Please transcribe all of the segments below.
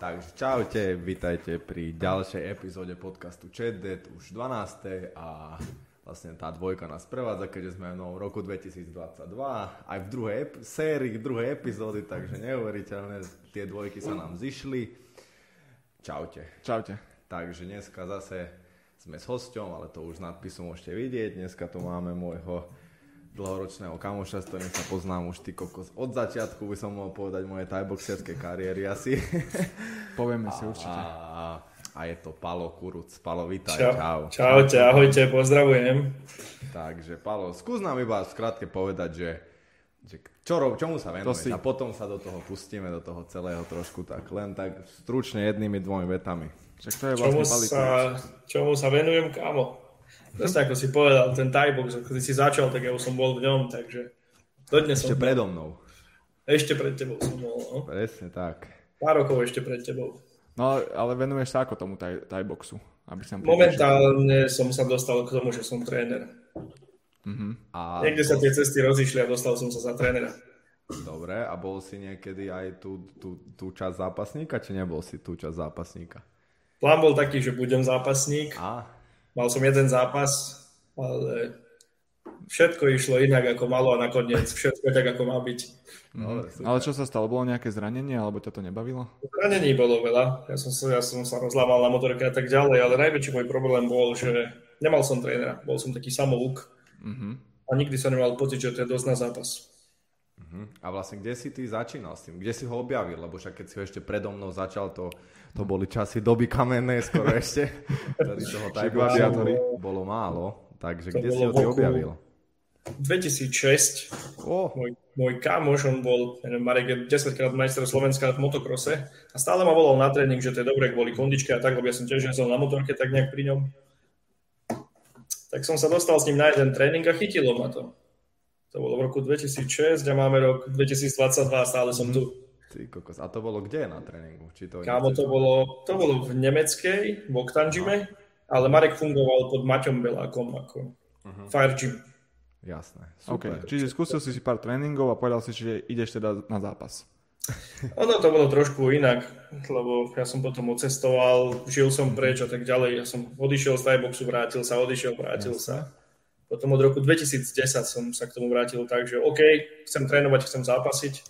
Takže čaute, vítajte pri ďalšej epizóde podcastu ChatDead, už 12. a vlastne tá dvojka nás prevádza, keďže sme v novom roku 2022, aj v sérii druhej epizódy, takže neuveriteľné, tie dvojky sa nám zišli. Čaute. Čaute. Takže dneska zase sme s hosťom, ale to už z nadpisu môžete vidieť, dneska tu máme môjho dlhoročného kamoša, s ktorým sa poznám už ty kokos od začiatku, by som mohol povedať, mojej thaiboxiackej kariéry asi. Povieme si určite. A je to Palo Kuruc. Palo, vítaj, čau. Čaute, ahojte, pozdravujem. Takže Palo, skús nám iba skrátke povedať, že čomu sa venuješ a potom sa do toho pustíme, do toho celého trošku, tak len tak stručne jednými dvomi vetami. Však to je vlastne čomu sa venujem, kámo? Presne ako si povedal, ten Thaibox, keď si začal, tak ja už som bol v ňom, takže dodnes ešte predo mnou. Ešte pred tebou som bol, no. Presne tak. Pár rokov ešte pred tebou. No, ale venuješ sa ako tomu Thaiboxu? Momentálne som sa dostal k tomu, že som tréner. A niekde sa tie cesty rozišli a dostal som sa za trénera. Dobre, a bol si niekedy aj tú časť zápasníka, či nebol si tú časť zápasníka? Plán bol taký, že budem zápasník. Mal som jeden zápas, ale všetko išlo inak ako malo a nakoniec všetko tak ako má byť. Ale čo sa stalo? Bolo nejaké zranenie alebo ťa to nebavilo? Zranení bolo veľa. Ja som sa rozlával na motorke a tak ďalej, ale najväčší môj problém bol, že nemal som trénera. Bol som taký samouk a nikdy som nemal pocit, že to je dosť na zápas. A vlastne kde si ty začínal s tým? Kde si ho objavil? Lebo však keď si ho ešte predo mnou začal, to boli časy doby kamennej skoro ešte. Tady toho Thaiboxu bolo málo. Takže kde si ho ty objavil? 2006. Môj kamoš, on bol, Marek je 10-krát majster Slovenska v motokrose a stále ma volal na tréning, že to je dobré kvôli kondičke a tak, lebo ja som tiež jazdil na motorke tak nejak pri ňom. Tak som sa dostal s ním na jeden tréning a chytilo ma to. To bolo v roku 2006 a máme rok 2022 a stále som tu. Ty kokos. A to bolo kde na tréningu? Kámo, to bolo v nemeckej, v Octangime, ale Marek fungoval pod Maťom Belákom ako Fire Gym. Jasné, super. Okay. Čiže skúsil si pár tréningov a povedal si, že ideš teda na zápas. Ono to bolo trošku inak, lebo ja som potom odcestoval, žil som preč a tak ďalej. Ja som odišiel z Thaiboxu, vrátil sa. Potom od roku 2010 som sa k tomu vrátil tak, že OK, chcem trénovať, chcem zápasiť,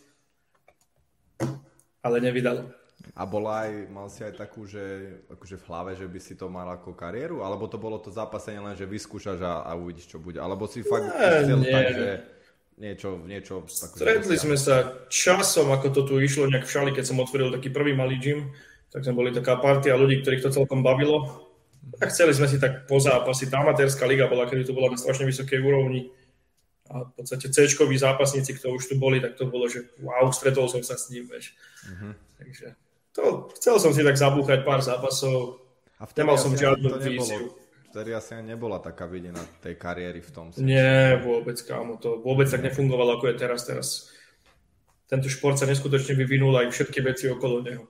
ale nevydalo. A mal si aj takú, že akože v hlave, že by si to mal ako kariéru? Alebo to bolo to zápasenie len, že vyskúšaš a uvidíš, čo bude? Alebo si fakt chcel tak, že niečo také... Stretli sme sa časom, ako to tu išlo nejak v Šali, keď som otvoril taký prvý malý gym, tak sme boli taká partia ľudí, ktorých to celkom bavilo. A chceli sme si tak pozápasiť. Tá amatérska liga bola, kedy to bola na strašne vysokej úrovni. A v podstate C-čkoví zápasníci, kto už tu boli, tak to bolo, že wow, stretol som sa s ním, vieš. Takže chcel som si tak zabúchať pár zápasov. A nemal som žiadnu víziu. Vtedy asi nebola taká vidina tej kariéry v tom. Nie, vôbec, kámo. To vôbec tak nefungovalo, ako je teraz. Tento šport sa neskutočne vyvinul aj všetky veci okolo neho.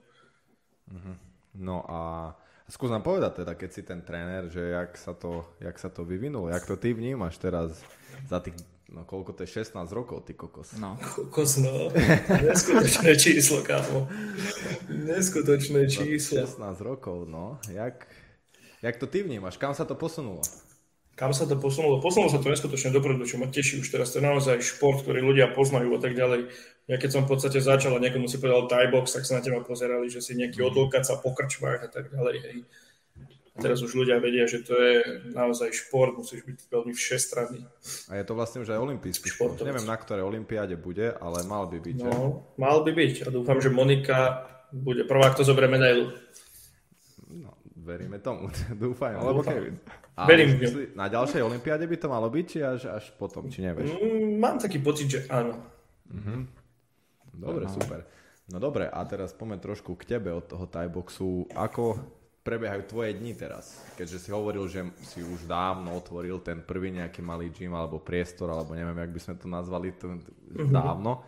No a skús nám povedať teda, keď si ten tréner, že jak sa to vyvinulo, jak to ty vnímaš teraz za tých, koľko to je 16 rokov, ty kokos. Kokos, neskutočné číslo, kámo. Neskutočné číslo. 16 rokov, jak to ty vnímaš, kam sa to posunulo? Kam sa to posunulo? Posunulo sa to neskutočne dopredu, čo ma teší už teraz. To je naozaj šport, ktorý ľudia poznajú a tak ďalej. Ja keď som v podstate začal a niekomu si povedal Thaibox, tak sa na teba pozerali, že si nejaký odlkač sa po krčmách a tak ďalej. Hej. A teraz už ľudia vedia, že to je naozaj šport, musíš byť veľmi všestranný. A je to vlastne už aj olympijský šport. Neviem, na ktorej olympiáde bude, ale mal by byť. Mal by byť. A dúfam, že Monika bude prvá, kto zoberie medailu. Veríme tomu, dúfajme. Alebo Kevin. Verím. Na ďalšej olympiáde by to malo byť, či až potom, či nevieš? Mám taký pocit, že áno. Dobre, super. No dobre, a teraz poďme trošku k tebe od toho Thaiboxu. Ako prebiehajú tvoje dni teraz? Keďže si hovoril, že si už dávno otvoril ten prvý nejaký malý gym alebo priestor, alebo neviem, jak by sme to nazvali dávno.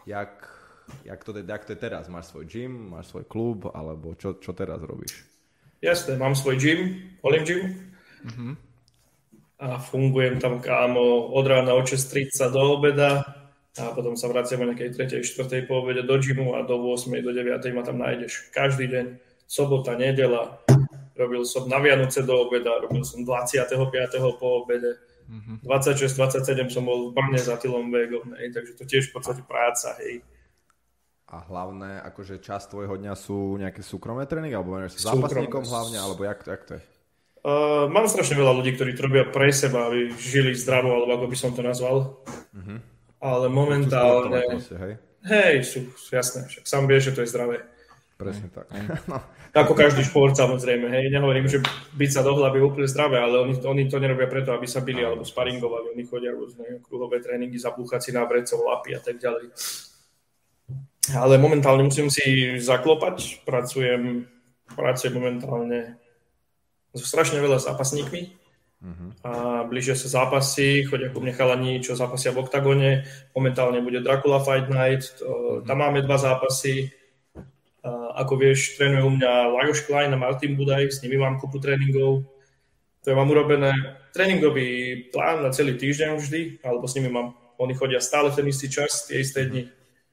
Jak to je teraz? Máš svoj gym, máš svoj klub, alebo čo teraz robíš? Jasné, mám svoj gym, Olim Gym. A fungujem tam, kámo, od rána od 6:30 do obeda. a potom sa vraciam o nejakej 3. 4. po obede do gymu a do 8. do 9. ma tam nájdeš. Každý deň, sobota, nedeľa. Robil som na Vianoce do obeda, robil som 25. po obede. 26, 27 som bol v Brne za Tylom Vegom, takže to tiež v podstate práca, hej. A hlavné, akože časť tvojho dňa sú nejaké súkromné tréningy, alebo venuješ sa zápasníkom hlavne, alebo jak to je? Mám strašne veľa ľudí, ktorí to robia pre seba, aby žili zdravo, alebo ako by som to nazval. Ale momentálne... Hej, sú jasné, však sám vieš, že to je zdravé. Presne tak. No. Ako každý šport, samozrejme, hej. Nehovorím, že byť sa do hlavy je úplne zdravé, ale oni to nerobia preto, aby sa bili alebo sparingovali. Oni chodia rôzne kruhové tréningy, zabúchať si na vrecov, lapy a tak ďalej. Ale momentálne musím si zaklopať. Pracujem momentálne so strašne veľa zápasníkmi. A blížia sa zápasy, chodia ku mne chalani, čo zápasia v oktagóne. Momentálne bude Dracula Fight Night, tam máme 2 zápasy. Ako vieš, trénuje u mňa Lajos Klein a Martin Budaj, s nimi mám kopu tréningov. To mám urobené tréningový plán na celý týždeň vždy, alebo s nimi oni chodia stále v ten istý čas, tie isté dni.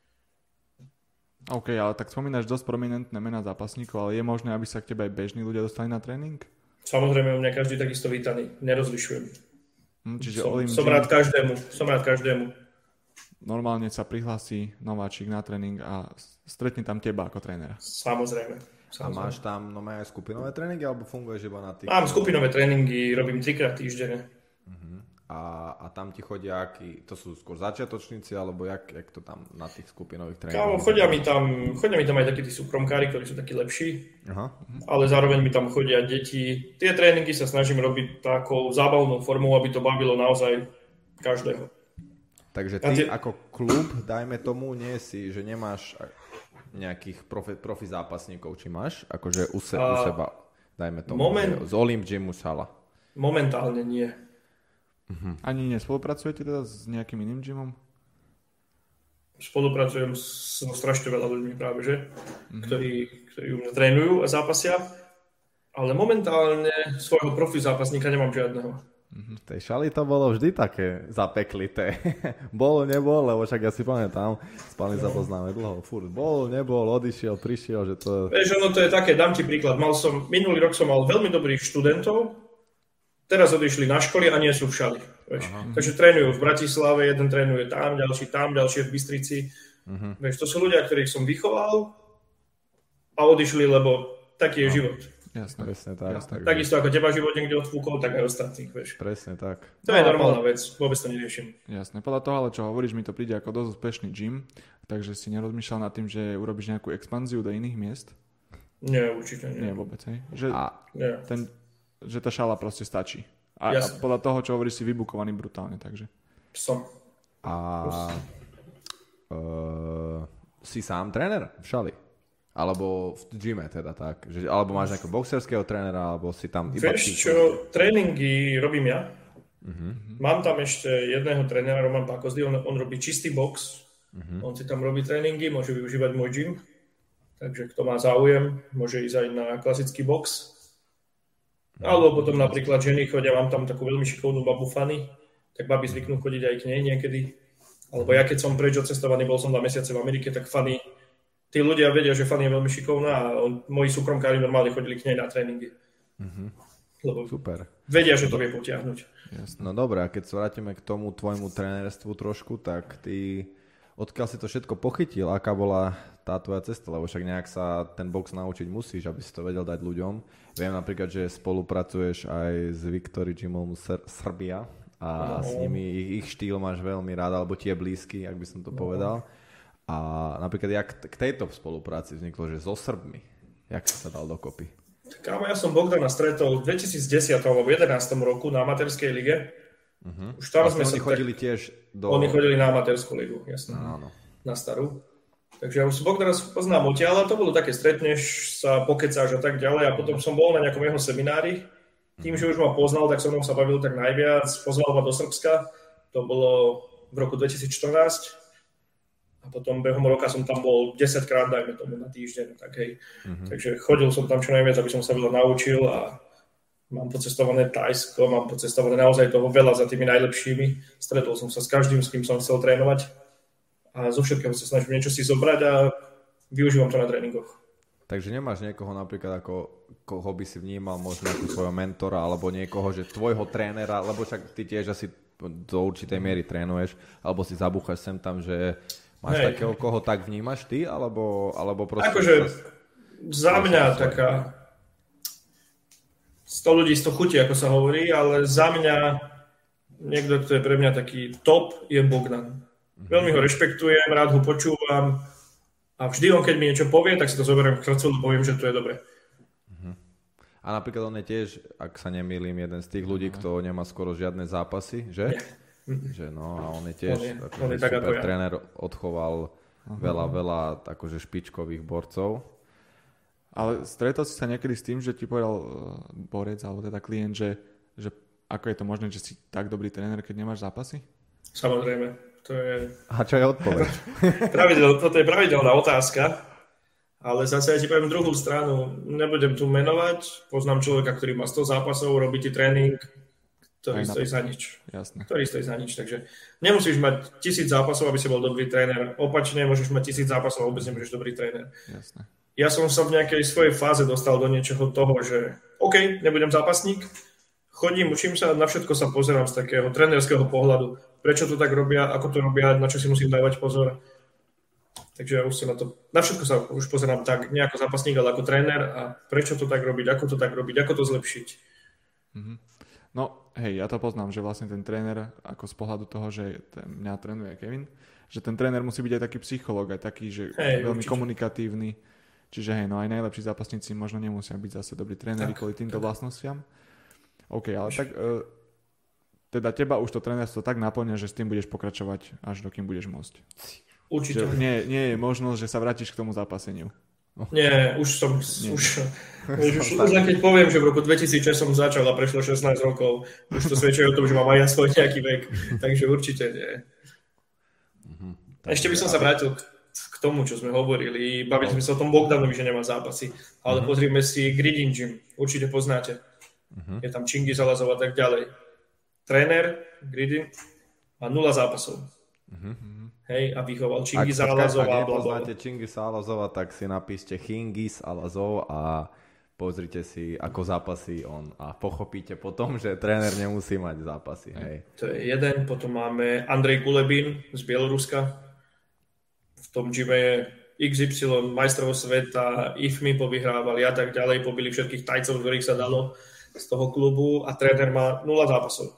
OK, ale tak spomínaš dosť prominentné mená zápasníkov, ale je možné, aby sa k tebe aj bežní ľudia dostali na tréning? Samozrejme, u mňa každý takisto vítaný, nerozlišujem. Čiže som rád každému. Normálne sa prihlási nováčik na tréning a stretne tam teba ako trénera. Samozrejme. A máš tam aj skupinové tréningy, alebo funguješ iba na tých? Mám skupinové tréningy, robím 3-krát týždenne. A tam ti chodia to sú skôr začiatočníci, alebo jak to tam na tých skupinových tréningoch? Kámo, chodia mi tam aj takí tí súkromkári, ktorí sú takí lepší, ale zároveň mi tam chodia deti. Tie tréningy sa snažím robiť takou zábavnou formou, aby to bavilo naozaj každého. Takže ty ako klub, dajme tomu, nie si, že nemáš nejakých profi zápasníkov, či máš? Akože u seba, dajme tomu, z Olymp Gymu Sala. Momentálne nie. Ani nespolupracujete teda s nejakým iným gymom? Spolupracujem so strašne veľa ľuďmi práve, že? Ktorí u mňa trénujú a zápasia, ale momentálne svojho profi zápasníka nemám žiadneho. V tej Šali to bolo vždy také zapeklité. Bol, nebol, lebo však ja si pamätám, spálni sa poznáme dlho, furt bol, nebol, odišiel, prišiel, že to... Vieš, ono to je také, dám ti príklad, minulý rok som mal veľmi dobrých študentov, teraz odišli na školy a nie sú v Šali. Takže trénujú v Bratislave, jeden trénuje tam, ďalší je v Bystrici. Vieš, to sú ľudia, ktorých som vychoval a odišli, lebo taký je život. Jasné. Presne tak. Jasné. Takisto ako teba život niekde odfúkol, tak aj ostatných, vieš. Presne tak. To je normálna vec, vôbec to neriešim. Jasné, podľa toho, ale čo hovoríš, mi to príde ako dosť úspešný gym, takže si nerozmýšľal nad tým, že urobíš nejakú expanziu do iných miest? Nie, určite nie. Nie vôbec, hej? Že, nie. Že tá šala proste stačí. A podľa toho, čo hovoríš, si vybukovaný brutálne, takže. Som. A si sám tréner v Šali? Alebo v gyme teda tak? Alebo máš nejakého boxerského trénera, alebo si tam iba... Vieš čo, tréningy robím ja. Mám tam ešte jedného trénera, Roman Pakozdy, on robí čistý box. On si tam robí tréningy, môže využívať môj gym. Takže kto má záujem, môže ísť aj na klasický box. Alebo potom napríklad ženy chodia, mám tam takú veľmi šikovnú babu Fanny, tak baby zvyknú chodiť aj k nej niekedy. Alebo ja keď som preč odcestovaný, bol som 2 mesiace v Amerike, tak Fanny, tí ľudia vedia, že Fanny je veľmi šikovná a moji súkromkári normálne chodili k nej na tréningy. Lebo super. Vedia, že to vie potiahnuť. No dobré, a keď sa vrátime k tomu tvojmu trénerstvu trošku, tak ty, odkiaľ si to všetko pochytil, aká bola tá tvoja cesta, lebo však nejak sa ten box naučiť musíš, aby si to vedel dať ľuďom. Viem napríklad, že spolupracuješ aj s Victory Gymom Srbia a s nimi ich štýl máš veľmi rád, alebo ti je blízky, ak by som to povedal. A napríklad, jak k tejto spolupráci vzniklo, že so Srbmi, jak si sa dal dokopy? Kámo, ja som Bogdana stretol v 2010 alebo 2011 roku na amatérskej lige. Už tam sme oni chodili tiež do... Oni chodili na amatérskú ligu, jasné. Áno. Na starú. Takže ja už Bogdana poznám odtiaľ, ale to bolo také, stretneš sa, pokecáš a tak ďalej a potom som bol na nejakom jeho seminári. Tým, že už ma poznal, tak so mnou sa bavil tak najviac. Pozval ma do Srbska, to bolo v roku 2014 a potom behom roka som tam bol 10 krát, dajme tomu na týždeň. Tak hej. Takže chodil som tam čo najviac, aby som sa veľa naučil a mám pocestované Thajsko, mám pocestované naozaj toho veľa za tými najlepšími. Stretol som sa s každým, s kým som chcel trénovať. a zo všetkého sa snažím niečo si zobrať a využívam to na tréningoch. Takže nemáš niekoho napríklad, koho by si vnímal možno ako svojho mentora, alebo niekoho, že tvojho trénera, lebo však ty tiež asi do určitej miery trénuješ, alebo si zabúchaš sem tam, že máš takého, koho tak vnímaš ty, alebo proste... Akože za mňa taká 100 ľudí 100 chutí, ako sa hovorí, ale za mňa niekto, kto je pre mňa taký top, je Bogdan. Veľmi ho rešpektujem, rád ho počúvam a vždy on, keď mi niečo povie, tak si to zoberiem k srdcu, lebo poviem, že to je dobre. A napríklad on je tiež, ak sa nemýlim, jeden z tých ľudí, kto nemá skoro žiadne zápasy, že? Že no, a on je tiež on je tak super ako ja. tréner, odchoval veľa akože špičkových borcov. Ale stretol si sa niekedy s tým, že ti povedal borec, alebo teda klient, že ako je to možné, že si tak dobrý tréner, keď nemáš zápasy? Samozrejme. To je... A čo je odpoveď? Toto je pravidelná otázka, ale zase ja ti poviem druhú stranu. Nebudem tu menovať. Poznám človeka, ktorý má 100 zápasov, robí ti tréning, ktorý stojí za nič. Jasné. Ktorý stojí za nič. Takže nemusíš mať 1000 zápasov, aby si bol dobrý tréner. Opačne, môžeš mať 1000 zápasov a vôbec nemôžeš dobrý tréner. Jasné. Ja som sa v nejakej svojej fáze dostal do niečoho toho, že OK, nebudem zápasník, chodím, učím sa, na všetko sa pozerám z takého trénerského pohľadu. Prečo to tak robia, ako to robia, na čo si musím dávať pozor. Takže ja už sa na všetko sa už pozerám tak, nie ako zápasník, ale ako tréner a prečo to tak robiť, ako to tak robiť, ako to zlepšiť. No, hej, ja to poznám, že vlastne ten tréner, ako z pohľadu toho, že mňa trénuje Kevin, že ten tréner musí byť aj taký psychológ, aj taký, že veľmi komunikatívny. Čiže hej, no aj najlepší zápasníci možno nemusia byť zase dobrí tréneri kvôli týmto vlastnostiam. OK, ale tak teda teba už to trénerstvo tak naplňa, že s tým budeš pokračovať, až dokým budeš môcť. Určite. Že nie je možnosť, že sa vrátiš k tomu zápaseniu. Nie, už keď poviem, že v roku 2006 som začal a prešlo 16 rokov, už to svedčí o tom, že mám aj ja svoj nejaký vek, takže určite nie. Ešte by som sa vrátil k tomu, čo sme hovorili. Bavili sme sa o tom Bogdanovi, že nemá zápasy, ale pozrime si Gridin Gym, určite poznáte. Je tam Čingiz Alazov a tak ďalej. Tréner Gridin má 0 zápasov. Hej, a vychoval Čingiza Alazova. Ak nepoznáte Čingiza Alazova, tak si napíšte Čingiz Alazov a pozrite si, ako zápasí on. A pochopíte potom, že tréner nemusí mať zápasy. Hej. To je jeden. Potom máme Andrej Kulebin z Bieloruska. V tom gyme je XY majstrov sveta, IFMI povyhrávali a tak ďalej. Pobili všetkých tajcov, ktorých sa dalo z toho klubu a tréner má 0 zápasov.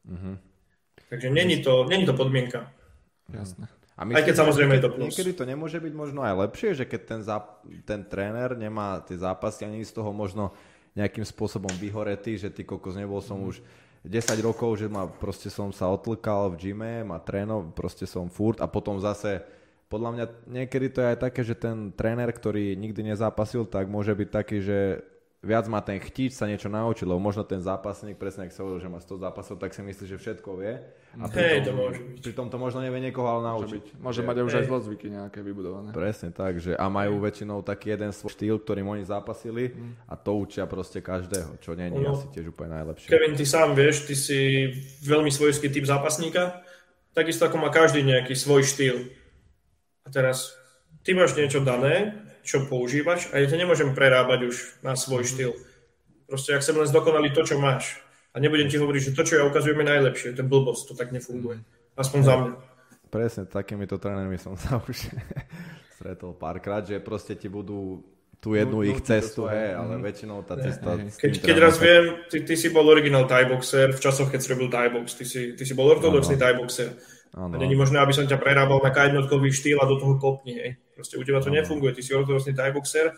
Takže není to podmienka. Jasné. A aj keď samozrejme je to plus. Niekedy to nemôže byť možno aj lepšie, že keď ten tréner nemá tie zápasy a nie je z toho možno nejakým spôsobom vyhoretý, že ty kokos, nebol som už 10 rokov, že proste som sa otlkal v gyme, ma trénov, proste som furt a potom zase podľa mňa niekedy to je aj také, že ten tréner, ktorý nikdy nezápasil, tak môže byť taký, že viac má ten chtič sa niečo naučiť, lebo možno ten zápasník, presne ak sa hovoril, že má 100 zápasov, tak si myslí, že všetko vie. A pritom to možno nevie niekoho ale naučiť. Môže mať už aj zlozvyky nejaké vybudované. Presne tak, že a majú väčšinou taký jeden svoj štýl, ktorým oni zápasili a to učia proste každého, čo nie je asi tiež úplne najlepšie. Kevin, ty sám vieš, ty si veľmi svojský typ zápasníka, takisto ako má každý nejaký svoj štýl. A teraz ty máš niečo dané, čo používaš a ja ťa nemôžem prerábať už na svoj štýl. Proste, ak chcem len zdokonaliť to, čo máš a nebudem ti hovoriť, že to, čo ja ukazujem, je najlepšie, to je blbosť, to tak nefunguje. Aspoň za mňa. Presne, takýmito trénermi som sa už stretol párkrát, že proste ti budú tú jednu ich cestu, ale väčšinou tá cesta... Keď raz viem, ty si bol originál Thai boxer v časoch, keď si robil Thai box, ty si bol ortodoxný Thai boxer. A není možné, aby som ťa prerábal na jednotkový štýl a do toho kopni. Hej. Proste u teba to nefunguje. Ty si ortodoxný Thai boxer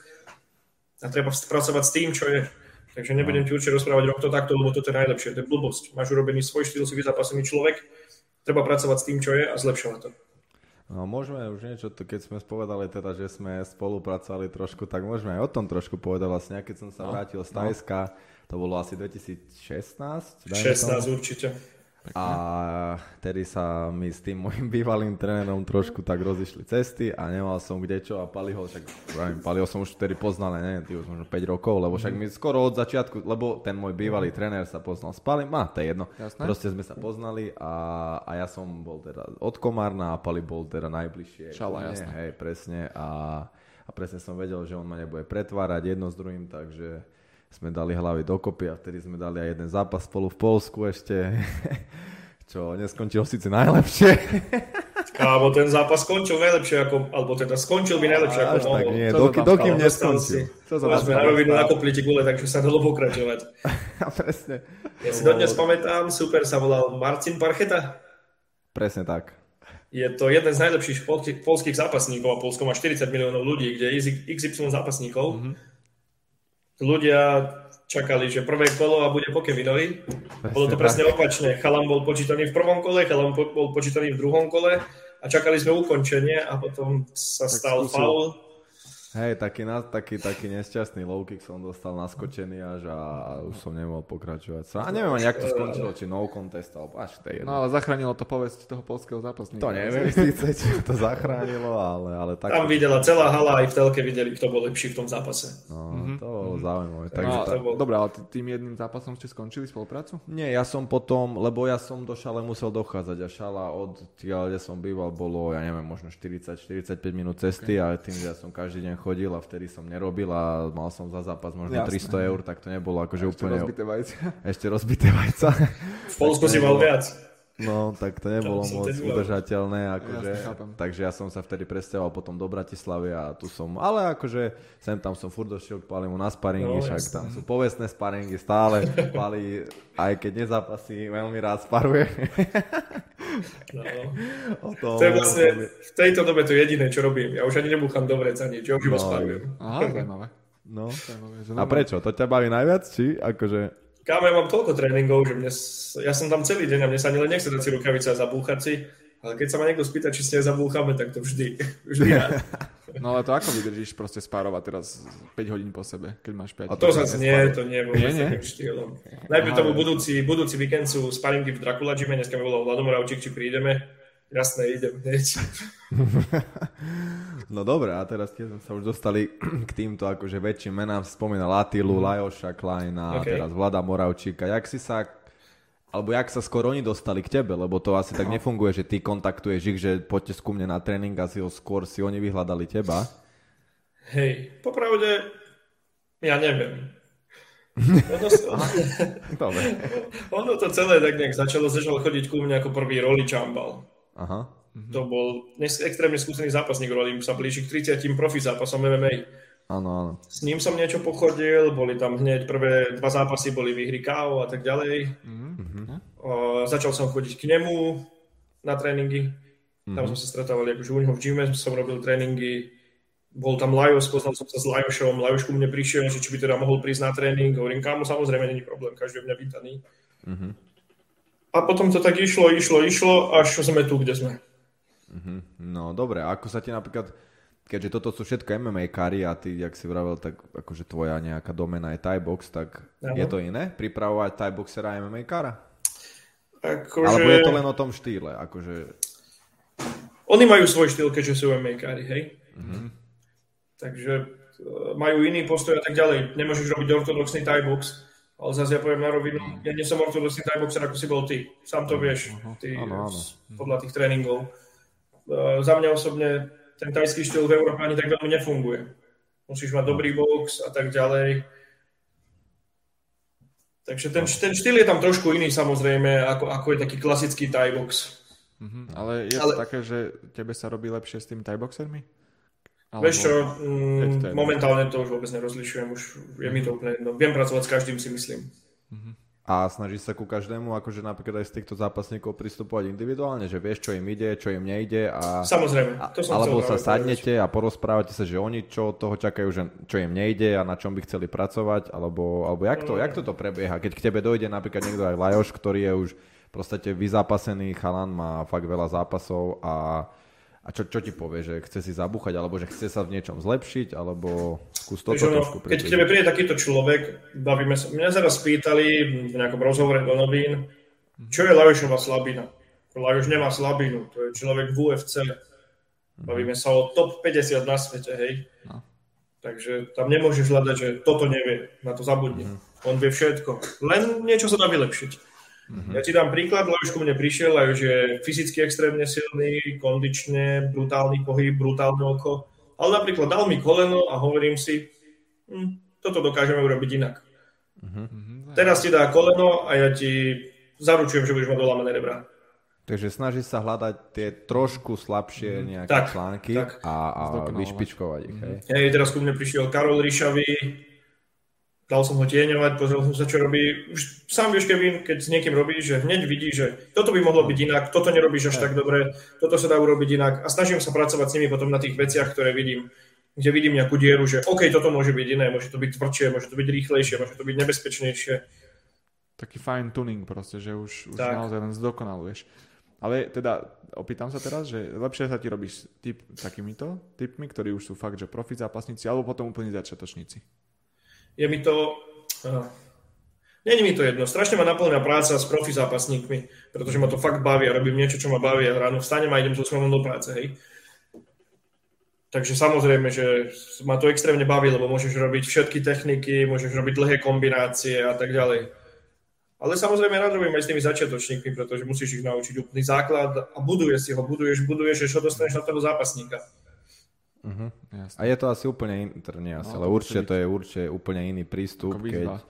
a treba pracovať s tým, čo je. Takže nebudem ti určite rozprávať rok to takto, lebo toto je najlepšie. To je blbosť. Máš urobený svoj štýl, si vyzápasený človek, treba pracovať s tým, čo je a zlepšovať to. No môžeme už niečo, keď sme spovedali teda, že sme spolupracovali trošku, tak môžeme aj o tom trošku povedať vlastne. Keď som sa vrátil z Thajska, to bolo asi 2016. 16 určite. A tedy sa mi s tým môjim bývalým trénerom trošku tak rozišli cesty a nemal som kde čo a Paliho som už vtedy poznal, neviem, už možno 5 rokov, lebo však mi skoro od začiatku, lebo ten môj bývalý tréner sa poznal s Palim, to je jedno. Jasné. Proste sme sa poznali a ja som bol teda od Komárna a Pali bol teda najbližšie. Šala, jasné. Hej, presne a presne som vedel, že on ma nebude pretvárať jedno s druhým, takže sme dali hlavy dokopy a vtedy sme dali aj jeden zápas spolu v Poľsku ešte, čo neskončilo síce najlepšie. Kámo, ten zápas skončil najlepšie alebo teda skončil by najlepšie ako mohol. Tak nie, dokým neskončil. Sme na rovinu nakopli ti gule, takže sa dalo pokračovať. Presne. Ja si dodnes pamätám, super sa volal Marcin Parcheta. Presne tak. Je to jeden z najlepších poľských zápasníkov a Poľsko má 40 miliónov ľudí, kde je XY zápasníkov. Ľudia čakali, že prvé kolo a bude po Kevinovi. Bolo to presne opačne. Chalan bol počítaný v prvom kole, Chalan bol počítaný v druhom kole a čakali sme ukončenie a potom sa stal faul. Hej, taký nešťastný low kick som dostal naskočený až a už som nemohol pokračovať. A neviem ani, jak to skončilo, či no contest, alebo až to je jedno. No ale zachránilo to povesť toho poľského zápasníka. To neviem síce, či to zachránilo, ale tak... Tam videla celá hala, aj v telke videli, kto bol lepší v tom zápase. No, to bolo zaujímavé. Dobre, ale tým jedným zápasom ste skončili spoluprácu? Nie, ja som potom, lebo ja som do Šale musel dochádzať a Šala od tiaľ, kde som býval, bolo, ja neviem, možno 40-45 minút cesty a tým, že ja som každý deň chodil a vtedy som nerobil a mal som za zápas možno 300 eur, tak to nebolo akože úplne... Ešte rozbité vajca. V Poľsku si mal viac. No, tak to nebolo moc udržateľné, akože, takže ja som sa vtedy presťahoval potom do Bratislavy a tu som, ale akože sem tam som furt došiel k Palimu na sparingy, však tam sú povestné sparingy stále, Pali, aj keď nezápasí, veľmi rád sparuje. No. To je vlastne v tejto dobe to jediné, čo robím, ja už ani nebúcham do vreca nič, ja už iba sparujem. Aha, zaujímavé. No. A prečo? To ťa baví najviac, či akože... Kámo, ja mám toľko tréningov, že ja som tam celý deň a mne sa ani len nechce dať si rukavice a zabúchať si, ale keď sa ma niekto spýta, či si nezabúchame, tak to vždy ja. No ale to ako vydržíš proste spárovať teraz 5 hodín po sebe, keď máš 5? A to zase nie, to nie vôbec takým štýlom. Najprv tomu budúci víkend sú sparingy v Dracula Gyme, dneska mi volal Vladomoravčík, či prídeme. Jasné, idem hneď. No dobré, a teraz keď sme sa už dostali k týmto akože väčším menám, spomínal Atilu, Lajoša Kleina, teraz Vlada Moravčíka. Jak sa skoro oni dostali k tebe, lebo to asi tak nefunguje, že ty kontaktuješ ich, že poďte ku mne na tréning a skôr si oni vyhľadali teba? Hej, popravde, ja neviem. Ono to celé tak nejak začal chodiť ku mne ako prvý Rolly Čambal. Aha. To bol extrémne skúsený zápasník, Rolly sa blíži k 30 profi zápasom MMA. Áno. S ním som niečo pochodil, boli tam hneď prvé 2 zápasy, boli výhry KO a tak ďalej. Začal som chodiť k nemu na tréningy. Tam sme sa stretávali akože u neho v gyme, som robil tréningy. Bol tam Lajos, poznal som sa s Lajošom. Lajošku mne prišiel, že či by teda mohol prísť na tréning. Hovorím, kámo, samozrejme, není problém, každý je mňa vítaný. A potom to tak išlo, až sme tu, kde sme. No dobre, ako sa ti napríklad, keďže toto sú všetko MMA-kári a ty, jak si vravel, tak akože tvoja nejaká domena je Thai box, tak je to iné? Pripravovať Thai boxera a MMA-kára? Alebo je to len o tom štýle? Akože... Oni majú svoj štýl, keďže sú MMA-kári, hej? Takže majú iný postoj a tak ďalej. Nemôžeš robiť ortodoxný Thai box. Ale zase ja poviem na rovinu, ja nie som ortodoxný Thai boxer, ako si bol ty. Sám to vieš, ty podľa tých tréningov. Za mňa osobne ten thajský štýl v Európe ani tak veľmi nefunguje. Musíš mať dobrý box a tak ďalej. Takže ten štýl je tam trošku iný samozrejme, ako je taký klasický Thai box. Ale je to také, že tebe sa robí lepšie s tými Thai boxermi? Vieš čo, momentálne to už vôbec nerozlišujem, už je mi to úplne jedno. Viem pracovať s každým, si myslím. A snažíš sa ku každému, akože napríklad aj z týchto zápasníkov pristupovať individuálne, že vieš, čo im ide, čo im nejde a... Samozrejme. Alebo sa sadnete a porozprávate sa, že oni čo od toho čakajú, že čo im nejde a na čom by chceli pracovať, alebo jak to prebieha? Keď k tebe dojde napríklad niekto aj Lajoš, ktorý je už v podstate vyzápasený chalan, má fakt veľa zápasov a čo ti povie, že chce si zabúchať, alebo že chce sa v niečom zlepšiť, alebo skús toto trošku približiť. Keď k tebe príde takýto človek, bavíme sa, mňa sa raz spýtali v nejakom rozhovore do novín, Čo je Lajošová slabina? Lajoš nemá slabinu, to je človek v UFC. Bavíme sa o top 50 na svete, hej. No. Takže tam nemôžeš hľadať, že toto nevie, na to zabudni. On vie všetko, len niečo sa dá vylepšiť. Ja ti dám príklad, Lajoš ku mne prišiel, Lajoš je fyzicky extrémne silný, kondične, brutálny pohyb, brutálne oko, ale napríklad dal mi koleno a hovorím si, toto dokážeme urobiť inak. Teraz ti dá koleno a ja ti zaručujem, že budeš mať dolámané rebra. Takže snaží sa hľadať tie trošku slabšie nejaké články a vyšpičkovať ich. Hej, teraz ku mne prišiel Karol Ríšavý, dal som ho tieňovať, pozrel som sa, čo robí. Už sám vieš, Kevin, keď s niekým robíš, že hneď vidíš, že toto by mohlo byť inak, toto nerobíš až tak dobre, toto sa dá urobiť inak a snažím sa pracovať s nimi potom na tých veciach, ktoré vidím, kde vidím nejakú dieru, že OK, toto môže byť iné, môže to byť tvrdšie, môže to byť rýchlejšie, môže to byť nebezpečnejšie. Taký fine tuning proste, že už naozaj len zdokonaluješ. Ale teda, opýtam sa teraz, že lepšie sa ti robíš takýmito typmi, ktorí už sú fakt, že profi zápasníci, alebo potom úplne začiatočníci? Je mi to... Nie je mi to jedno. Strašne ma naplňa práca s profi zápasníkmi, pretože ma to fakt baví a robím niečo, čo ma baví a ráno vstanem a idem so svojom do práce, hej. Takže samozrejme, že ma to extrémne baví, lebo môžeš robiť všetky techniky, môžeš robiť dlhé kombinácie a tak ďalej. Ale samozrejme rád robím aj s tými začiatočníkmi, pretože musíš ich naučiť úplný základ a buduješ, že čo dostaneš na toho zápasníka. A je to asi úplne ale určite to je úplne iný prístup,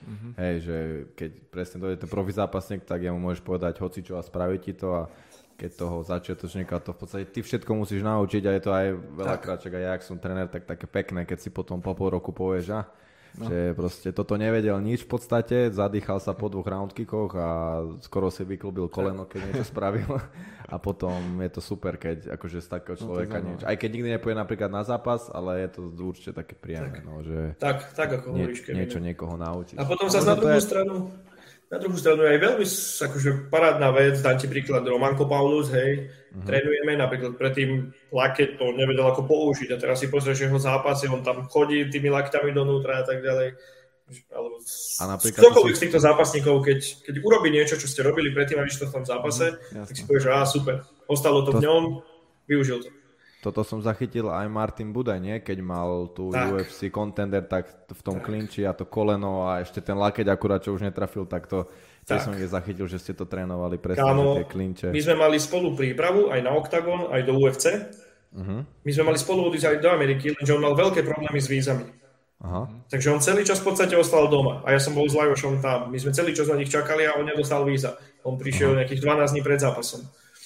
keď presne dojde ten profi zápasník, tak jemu môžeš povedať hocičo a spraví ti to a keď toho začiatočníka to v podstate ty všetko musíš naučiť a je to aj veľakrát, čak aj ja, ak som tréner, tak také pekné, keď si potom po pol roku povieš, že proste toto nevedel nič v podstate, zadýchal sa po 2 roundkickoch a skoro si vyklbil koleno, keď niečo spravil a potom je to super, keď akože z takého človeka niečo, aj keď nikdy nepôjde napríklad na zápas, ale je to určite také príjemné, že tak ako hovoríš, niečo niekoho naučiť. A potom sa na druhú stranu je aj veľmi akože parádna vec, dám ti príklad Romanko Paulus, hej, trénujeme, napríklad predtým lakeť to nevedel ako použiť a teraz si pozrieš jeho zápasy, on tam chodí tými lakťami donútra a tak ďalej. Ktokoľvek z týchto zápasníkov, keď urobí niečo, čo ste robili predtým a vidíš to v tom zápase, tak si povieš, že super, ostalo to v ňom, využil to. Toto som zachytil aj Martin Budaj, nie? Keď mal tú UFC contender, tak v tom klinči a to koleno a ešte ten lakeť akurát, čo už netrafil, tak to tiež som zachytil, že ste to trénovali presne, tie klinče. My sme mali spolu prípravu aj na Octagon, aj do UFC. My sme mali spolu odísť aj do Ameriky, lenže on mal veľké problémy s vízami. Takže on celý čas v podstate ostal doma a ja som bol s Lajošom tam. My sme celý čas na nich čakali a on nedostal víza. On prišiel nejakých 12 dní pred zápasom.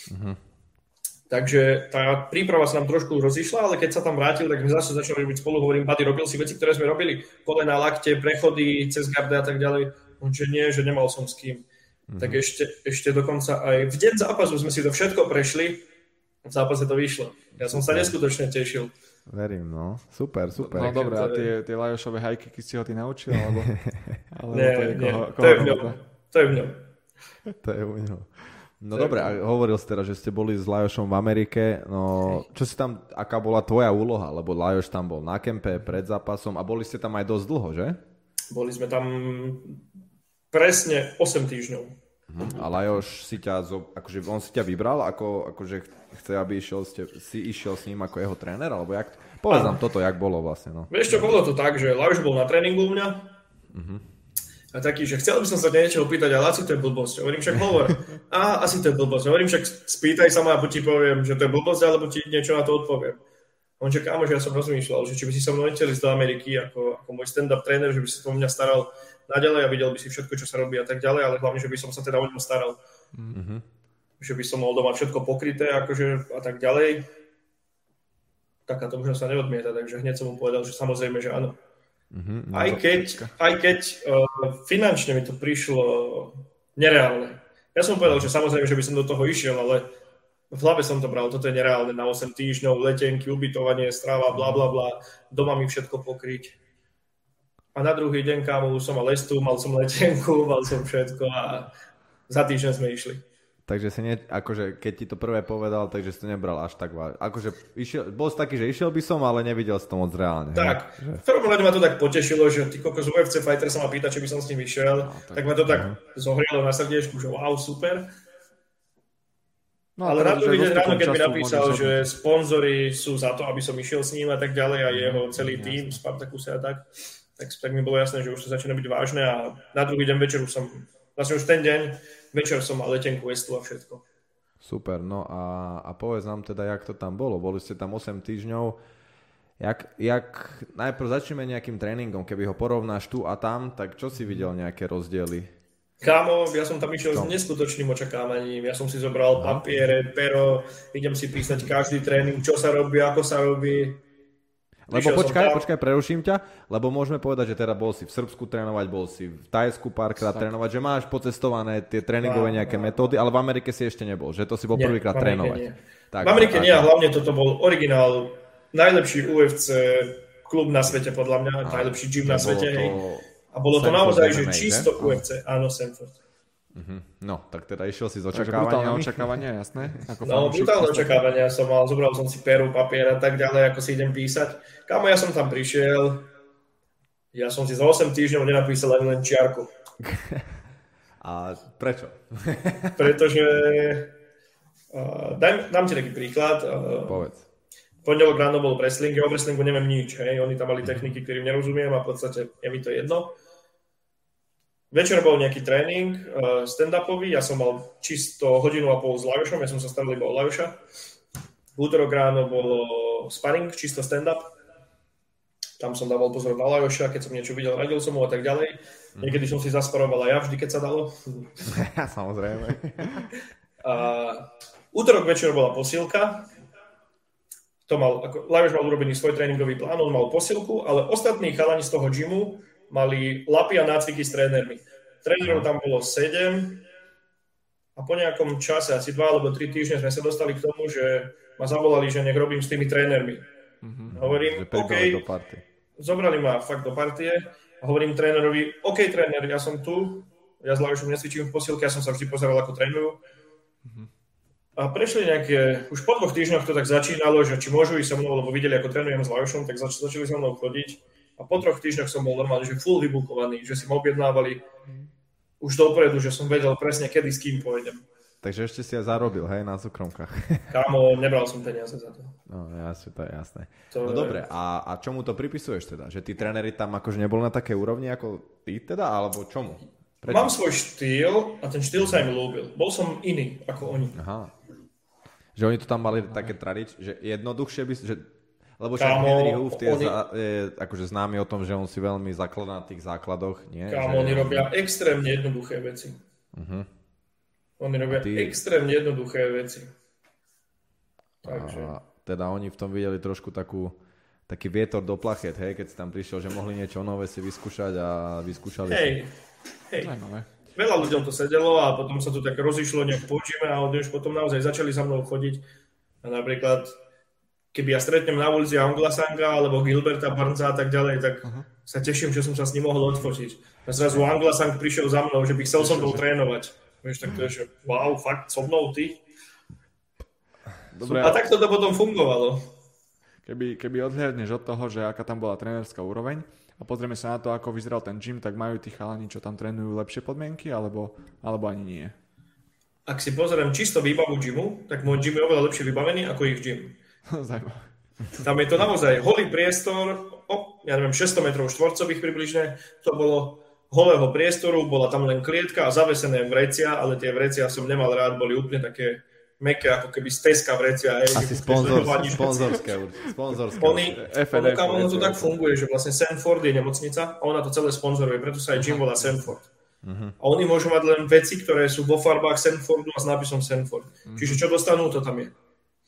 Takže tá príprava sa nám trošku rozišla, ale keď sa tam vrátil, tak sme zase začali robiť spolu, hovorím, Buddy, robil si veci, ktoré sme robili, kolená, lakte, prechody, cez garde a tak ďalej. On, že nie, že nemal som s kým. Tak ešte dokonca aj v deň zápasu sme si to všetko prešli, v zápase to vyšlo. Ja som sa neskutočne tešil. Verím, no. Super. No dobré, a tie Lajošové hajkiky si ho ty naučil? Alebo nie, to je v ňom. To je v ňom. No dobre, a hovoril si teda, že ste boli s Lajošom v Amerike, no čo si tam, aká bola tvoja úloha, lebo Lajoš tam bol na kempe pred zápasom a boli ste tam aj dosť dlho, že? Boli sme tam presne 8 týždňov. A Lajoš si ťa, akože on si ťa vybral, akože chce, aby si išiel s ním ako jeho tréner, alebo jak? Povedz nám toto, jak bolo vlastne, no. Vieš čo, bolo to tak, že Lajoš bol na tréningu u mňa, a taký, že chcel by som sa niečo opýtať, ale asi to je blbosť. Hovorím, však hovor. Asi to je blbosť. Hovorím, však spýtaj sa ma a buď ti poviem, že to je blbosť, alebo ti niečo na to odpoviem. On že kámo, že ja som rozmýšľal, že či by si so mnou nechcel ísť do Ameriky ako môj stand-up tréner, že by si to o mňa staral naďalej a videl by si všetko, čo sa robí a tak ďalej, ale hlavne, že by som sa teda o ňom staral. Že by som mohol doma všetko pokryté akože, a tak ďalej. Takáto možno sa neodmieta, takže hneď som mu povedal, že samozrejme, že áno. Aj keď finančne mi to prišlo nereálne. Ja som povedal, že samozrejme, že by som do toho išiel, ale v hlave som to bral, toto je nereálne na 8 týždňov, letenky, ubytovanie, strava, bla bla bla, doma mi všetko pokryť. A na druhý deň, kámo, už som mal lestu, mal som letenku, mal som všetko a za týždeň sme išli. Takže si akože keď ti to prvé povedal, takže si to nebral až tak vážne. Akože bol si taký, že išiel by som, ale nevidel si to moc reálne. Tak, v prvom rade ma to tak potešilo, že ty kokos UFC fighter sa ma pýta, či by som s ním išiel, tak ma to tak zohrialo na srdiečku, že wow, super. No, ale na druhý deň ráno, keď mi napísal, že sponzori sú za to, aby som išiel s ním a tak ďalej a jeho celý tým, Spartakuse a tak mi bolo jasné, že už to začína byť vážne a na druhý deň večer vlastne už ten deň, večer som mal letenku, Estu a všetko. Super, no a povedz nám teda, jak to tam bolo. Boli ste tam 8 týždňov. Jak najprv začneme nejakým tréningom, keby ho porovnáš tu a tam, tak čo si videl nejaké rozdiely? Kámo, ja som tam išiel s neskutočným očakávaním. Ja som si zobral papiere, pero, idem si písať každý tréning, čo sa robí, ako sa robí. Lebo počkaj, preruším ťa, lebo môžeme povedať, že teda bol si v Srbsku trénovať, bol si v Thajsku párkrát trénovať, že máš pocestované tie tréningové nejaké metódy, ale v Amerike si ešte nebol, že to si bol prvýkrát trénovať. Tak, v Amerike nie a hlavne toto bol originál, najlepší UFC klub na svete podľa mňa, najlepší gym na svete, hej. A bolo to naozaj, že čisto UFC, áno, Sanford. No, tak teda išiel si s očakávaniami. Brutálne očakávania, jasné. Brutálne očakávania som mal, zobral som si peru, papier a tak ďalej, ako si idem písať. Kámo, ja som tam prišiel, ja som si za 8 týždňov nenapísal len čiarku. A prečo? Pretože, dám ti taký príklad. Povedz. Pondelok ráno bol wrestling, ja o wrestlingu neviem nič, hej, oni tam mali techniky, ktorým nerozumiem a v podstate je mi to jedno. Večer bol nejaký tréning stand-upový, ja som mal čisto hodinu a pol s Lajošom, ja som sa staral iba o Lajoša. V útorok ráno bolo sparring, čisto stand-up. Tam som dával pozor na Lajoša, keď som niečo videl, radil som mu a tak ďalej. Niekedy som si zasparoval aj ja, vždy keď sa dalo. Samozrejme. Útorok večer bola posilka. Lajoš mal urobený svoj tréningový plán, on mal posilku, ale ostatní chalani z toho gymu mali lapy a nácviky s trénermi. Trénerov tam bolo 7 a po nejakom čase, asi 2 alebo 3 týždne sme sa dostali k tomu, že ma zavolali, že nech robím s tými trénermi. Hovorím, OK, zobrali ma fakt do partie a hovorím trénerovi, OK tréner, ja som tu, ja s Lajošom nesvičím v posilke, ja som sa vždy pozeral, ako trénujú. A prešli nejaké, už po 2 týždňoch to tak začínalo, že či môžu ísť so mnou, lebo videli, ako trénujem s Lajošom, tak začali so mnou chodiť. A po 3 týždňoch som bol normálne, že full vybukovaný, že si ma objednávali už dopredu, že som vedel presne, kedy s kým pôjdem. Takže ešte si aj zarobil, hej, na súkromkách. Kámo, nebral som peniaze za to. No, jasne, to je jasné. No dobre, a čomu to pripisuješ teda? Že tí tréneri tam akože neboli na takej úrovni ako ty teda, alebo čomu? Prečo? Mám svoj štýl a ten štýl sa im ľúbil. Bol som iný ako oni. Aha. Že oni to tam mali také tradície, že jednoduchšie by... Že... Lebo však Henry Hooft je akože známy o tom, že on si veľmi zakladá na tých základoch, nie? Kámo, oni robia extrémne jednoduché veci. Oni robia extrémne jednoduché veci. Takže. A teda oni v tom videli trošku taký vietor do plachet, hej? Keď si tam prišiel, že mohli niečo nové si vyskúšať a vyskúšali si. Hej. Veľa ľuďom to sedelo a potom sa to tak rozišlo nejak po gyme a už potom naozaj začali za mnou chodiť. A napríklad keby ja stretnem na ulici Anglasanga alebo Gilberta Burnsa a tak ďalej, tak sa teším, že som sa s ním mohol odfotiť. A zrazu Anglasang prišiel za mnou, že by chcel so mnou trénovať. Vieš, tak to je, že wow, fakt, so mnou ty? Dobre. A tak to potom fungovalo. Keby odhľadneš od toho, že aká tam bola trénerská úroveň a pozrieme sa na to, ako vyzeral ten gym, tak majú tí chalani, čo tam trénujú, lepšie podmienky, alebo ani nie? Ak si pozriem čisto výbavu gymu, tak môj gym je oveľa lepšie vybavený ako ich gym. Zajímavé. Tam je to naozaj holý priestor, 600 metrov štvorcových približne, to bolo holého priestoru, bola tam len klietka a zavesené vrecia, ale tie vrecia som nemal rád, boli úplne také mäkké, ako keby z Teska vrecia. Asi sponzorské. Ono to tak funguje, že vlastne Sanford je nemocnica a ona to celé sponzoruje, preto sa aj gym volá Sanford. A oni môžu mať len veci, ktoré sú vo farbách Sanfordu a s nápisom Sanford. Čiže čo dostanú, to tam je.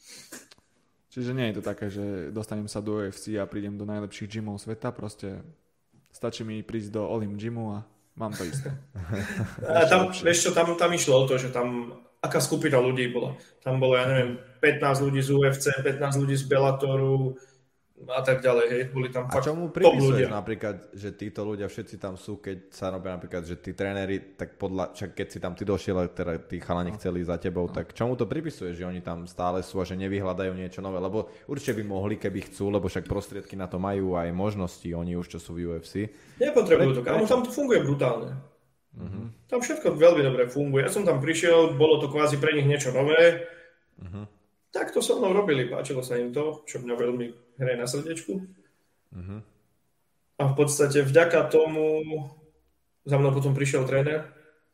Čiže nie je to také, že dostanem sa do UFC a prídem do najlepších gymov sveta, proste stačí mi prísť do Olim gymu a mám to isté. Vieš čo, tam išlo o to, že tam aká skupina ľudí bola. Tam bolo, 15 ľudí z UFC, 15 ľudí z Bellatoru, a tak ďalej, hej, boli tam fakt top ľudia. A čomu pripisuješ napríklad, že títo ľudia všetci tam sú, keď sa robia napríklad, že tí tréneri, tak však keď si tam ty došiel, teda tí chalani chceli za tebou, tak čomu to pripisuješ, že oni tam stále sú a že nevyhľadajú niečo nové, lebo určite by mohli, keby chcú, lebo však prostriedky na to majú aj možnosti, oni už čo sú v UFC. Nepotrebujú to, kámo, tam to funguje brutálne. Tam všetko veľmi dobre funguje. Ja som tam prišiel, bolo to kvázi pre nich niečo nové. Tak to so mnou robili, páčilo sa im to, čo mňa veľmi hraje na srdiečku. A v podstate vďaka tomu za mnou potom prišiel tréner.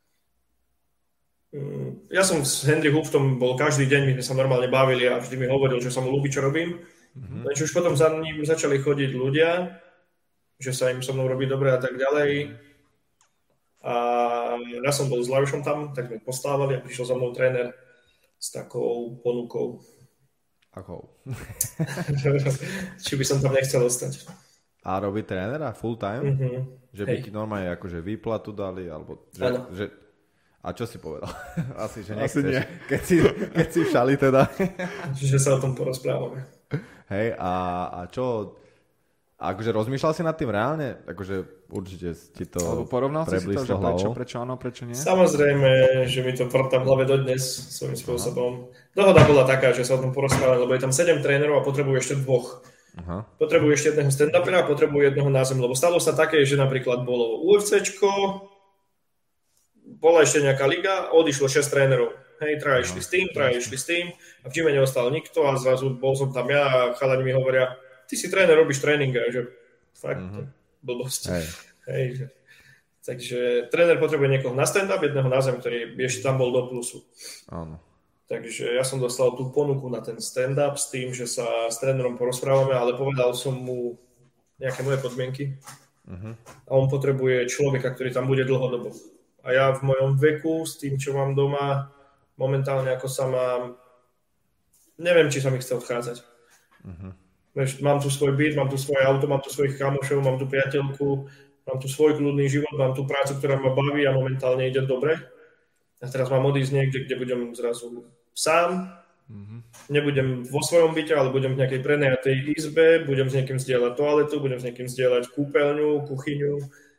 Ja som s Henry Huftom bol každý deň, my sme sa normálne bavili a vždy mi hovoril, že sa mu ľúbi, čo robím. Takže už potom za ním začali chodiť ľudia, že sa im so mnou robí dobre a tak ďalej. A ja som bol s Lajošom tam, tak sme postávali a prišiel za mnou tréner s takou ponukou. Akou? Či by som tam nechcel ostať. A robí trénera full time? Že by ti normálne akože výplatu dali? Alebo že... A čo si povedal? Asi, že nechceš. Nie. Keď si v šali teda. Že sa o tom porozprávame. Hej, a čo... Akože rozmýšľal si nad tým reálne? Akože určite ti to alebo porovnal si to, že prečo áno, prečo nie? Samozrejme, že mi to vrta v hlave dodnes svojím spôsobom. Dohoda bola taká, že sa o tom porozprávali, lebo je tam 7 trénerov a potrebujú ešte 2. Potrebujú ešte jedného stand-upera a potrebujú jedného na zem, lebo stalo sa také, že napríklad bolo UFCčko, bola ešte nejaká liga, odišlo 6 trénerov. Hej, traja išli s tým a v gyme neostal nikto a zrazu bol som tam ja a chalani mi hovoria, ty si tréner, robíš tréning, že fakt, blbosť. Hej. Takže tréner potrebuje niekoho na stand-up, jedného na zem, ktorý ešte tam bol do plusu. Áno. Takže ja som dostal tú ponuku na ten stand-up s tým, že sa s trénerom porozprávame, ale povedal som mu nejaké moje podmienky. A on potrebuje človeka, ktorý tam bude dlhodobo. A ja v mojom veku, s tým, čo mám doma, momentálne ako sa mám, neviem, či sa mi chce odchádzať. Mám tu svoj byt, mám tu svoje auto, mám tu svojich kamošov, mám tu priateľku, mám tu svoj kľudný život, mám tu prácu, ktorá ma baví a momentálne ide dobre. A teraz mám odísť niekde, kde budem zrazu sám, nebudem vo svojom byte, ale budem v nejakej prenajatej izbe, budem s niekým zdieľať toaletu, budem s niekým zdieľať kúpeľňu, kuchyňu.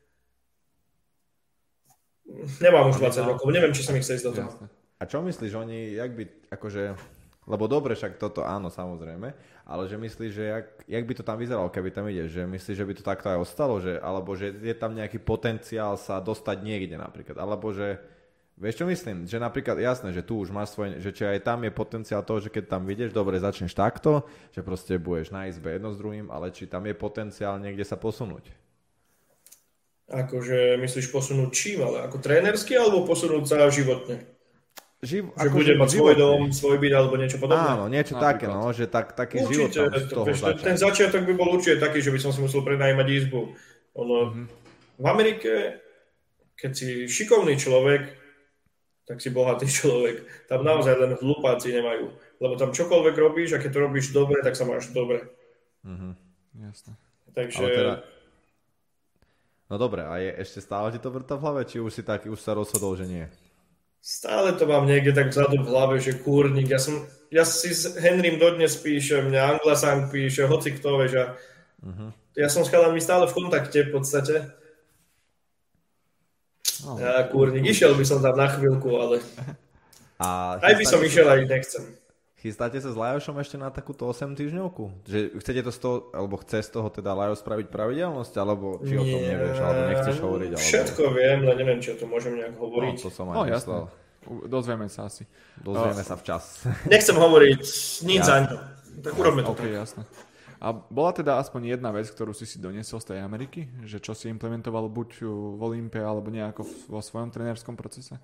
Nemám už 20 rokov, neviem, či sa mi chce ísť do toho. A čo myslíš, oni, jak by, akože... Lebo dobre, však toto áno, samozrejme, ale že myslíš, že jak by to tam vyzeralo, keby tam ideš, že myslíš, že by to takto aj ostalo, že, alebo že je tam nejaký potenciál sa dostať niekde napríklad, alebo že, vieš čo myslím, že napríklad, jasné, že tu už máš svoje, že či aj tam je potenciál toho, že keď tam ideš, dobre, začneš takto, že proste budeš na izbe jedno s druhým, ale či tam je potenciál niekde sa posunúť? Akože myslíš posunúť čím, ale ako trénersky, alebo posunúť sa životne? Že bude mať svoj dom, svoj byt alebo niečo podobné? Áno, niečo také, no, že taký život tam z toho začať. Ten začiatok by bol určite taký, že by som si musel prenajímať izbu. V Amerike, keď si šikovný človek, tak si bohatý človek. Tam naozaj len hlupáci nemajú. Lebo tam čokoľvek robíš a keď to robíš dobre, tak sa máš dobre. Jasné. Takže... Teda... No dobre, a ešte stále ti to vrta v hlave, či už si taký, už sa rozhodol, že nie? Stále to mám niekde tak vzadu v hlave, že kúrnik. Ja si s Henrym dodnes píšem, mňa Anglasang píše, hoci kto, vieš. Ja som s chalami stále v kontakte v podstate. Ja kúrnik, išiel by som tam na chvíľku, ale aj by som išiel, aj nechcem. Chystáte sa s Lajošom ešte na takúto 8 týždňovku? Že chcete to z toho, alebo chce z toho teda Lajoš spraviť pravidelnosť, alebo či o tom nevieš, alebo nechceš hovoriť? Alebo... Všetko viem, ale neviem, či o tom môžem nejak hovoriť. No, to som aj myslel. Dozvieme sa asi. Dozvieme sa včas. Nechcem hovoriť nič za ňo. Tak urobme to. Okay, jasné. A bola teda aspoň jedna vec, ktorú si doniesol z tej Ameriky? Že čo si implementoval buď v Olympie, alebo nejako vo svojom trenérskom procese?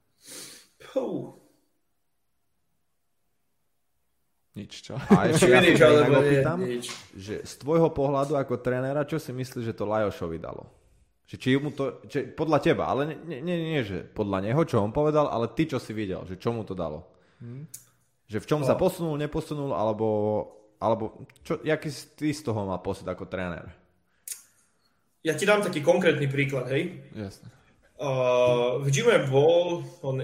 Nič, čo? A ešte ja sa opýtam, že z tvojho pohľadu ako trénera, čo si myslíš, že to Lajošovi dalo? Že či mu to, podľa teba, ale nie, že podľa neho, čo on povedal, ale ty, čo si videl, že čo mu to dalo? Že v čom sa posunul, neposunul, alebo čo, jaký ty z toho má pocit ako tréner? Ja ti dám taký konkrétny príklad, hej? Jasne. V gyme bol,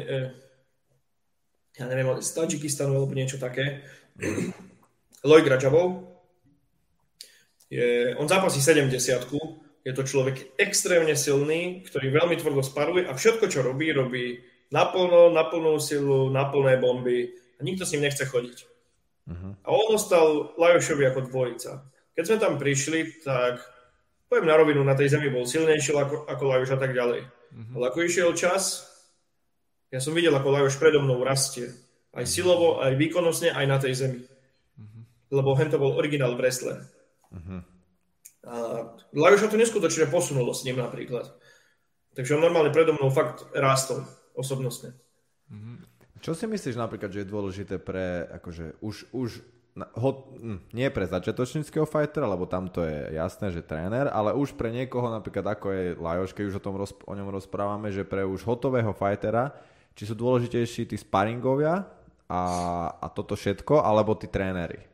ja neviem, z Tadžikistanu alebo niečo také, Lloyd Rajabov. On zápasí 70-ku, je to človek extrémne silný, ktorý veľmi tvrdo sparuje a všetko, čo robí naplno, na plnú silu, na plné bomby a nikto s ním nechce chodiť. A on ostal Lajošovi ako dvojica. Keď sme tam prišli, tak poviem na rovinu, na tej zemi bol silnejší ako Lajoš a tak ďalej. Ale ako išiel čas, ja som videl, ako Lajoš predo mnou rastie. Aj silovo, aj výkonnostne, aj na tej zemi. Lebo hento bol originál wrestler. A Lajoša to neskutočne posunulo s ním napríklad. Takže on normálne predo mnou fakt rástol osobnostne. Čo si myslíš napríklad, že je dôležité pre, akože nie pre začiatočníckeho fightera, lebo tam to je jasné, že tréner, ale už pre niekoho napríklad ako je Lajos, keď už o ňom rozprávame, že pre už hotového fightera, či sú dôležitejší tí sparingovia a toto všetko, alebo tí tréneri?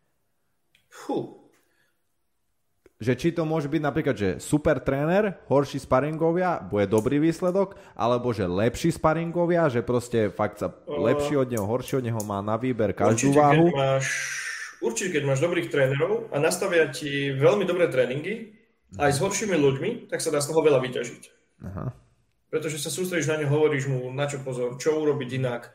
Že či to môže byť napríklad, že super tréner, horší sparingovia, bude dobrý výsledok, alebo že lepší sparingovia, že proste fakt sa lepší od neho, horší od neho má na výber každú váhu. Určite, keď máš dobrých trénerov a nastavia ti veľmi dobré tréningy, aj s horšími ľuďmi, tak sa dá z toho veľa vyťažiť. Aha. Pretože sa sústredíš na ňo, hovoríš mu, na čo pozor, čo urobiť inak.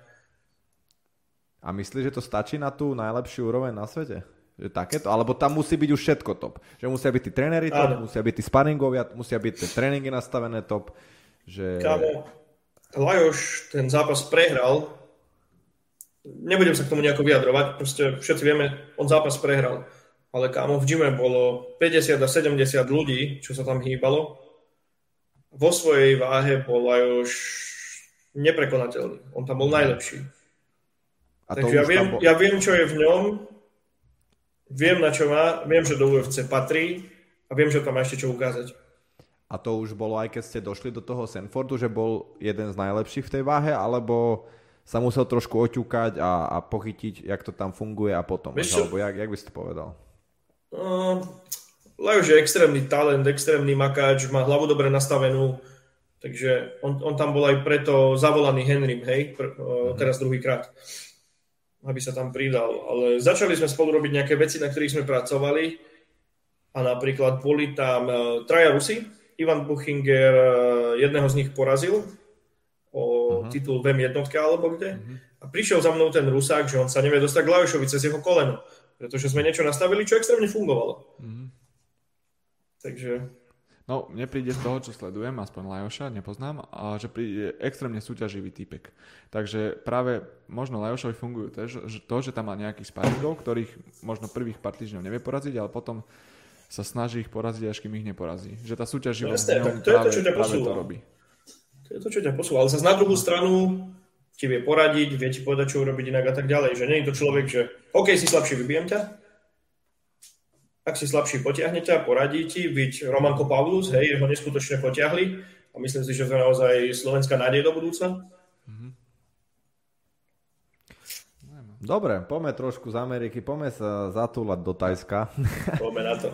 A myslíš, že to stačí na tú najlepšiu úroveň na svete? Že takéto? Alebo tam musí byť už všetko top. Že musia byť tí tréneri top, musia byť tí sparingovia, musia byť tie tréningy nastavené top. Že... Kámo, Lajos ten zápas prehral. Nebudem sa k tomu nejako vyjadrovať. Proste všetci vieme, on zápas prehral. Ale kámo, v gyme bolo 50 a 70 ľudí, čo sa tam hýbalo. Vo svojej váhe bol Lajos neprekonateľný. On tam bol najlepší. Takže ja viem, čo je v ňom. Viem, na čo má, viem, že do UFC patrí a viem, že tam má ešte čo ukázať. A to už bolo aj keď ste došli do toho Sanfordu, že bol jeden z najlepších v tej váhe, alebo sa musel trošku oťukať a pochytiť, jak to tam funguje a potom? Alebo jak by si to povedal? Lajos je extrémny talent, extrémny makáč, má hlavu dobre nastavenú, takže on tam bol aj preto zavolaný Henrym, hej, teraz druhýkrát, aby sa tam pridal. Ale začali sme spolu robiť nejaké veci, na ktorých sme pracovali a napríklad boli tam traja Rusi. Ivan Buchinger jedného z nich porazil o titul v M1 alebo kde. A prišiel za mnou ten Rusák, že on sa nevie dostať k Lajošovi cez jeho koleno, pretože sme niečo nastavili, čo extrémne fungovalo. Takže... No, mne príde z toho, čo sledujem, aspoň Lajoša, nepoznám, a že príde extrémne súťaživý typek. Takže práve možno Lajošovi fungujú to, že tam má nejakých sparingov, ktorých možno prvých pár týždňov nevie poraziť, ale potom sa snaží ich poraziť, až kým ich neporazí. Že tá súťaživosť práve to robí. To je to, čo ťa posúva. Ale zase na druhú stranu ti vie poradiť, vie ti povedať, čo urobiť inak a tak ďalej. Že nie je to človek, že OK, si slabší, vybijem ťa. Ak si slabší, potiahne ťa, poradí ti, byť Romanko Pavlus, hej, ho neskutočne potiahli a myslím si, že to je naozaj slovenská nádej do budúca. Dobre, poďme trošku z Ameriky, poďme sa zatúlať do Tajska. Poďme na to.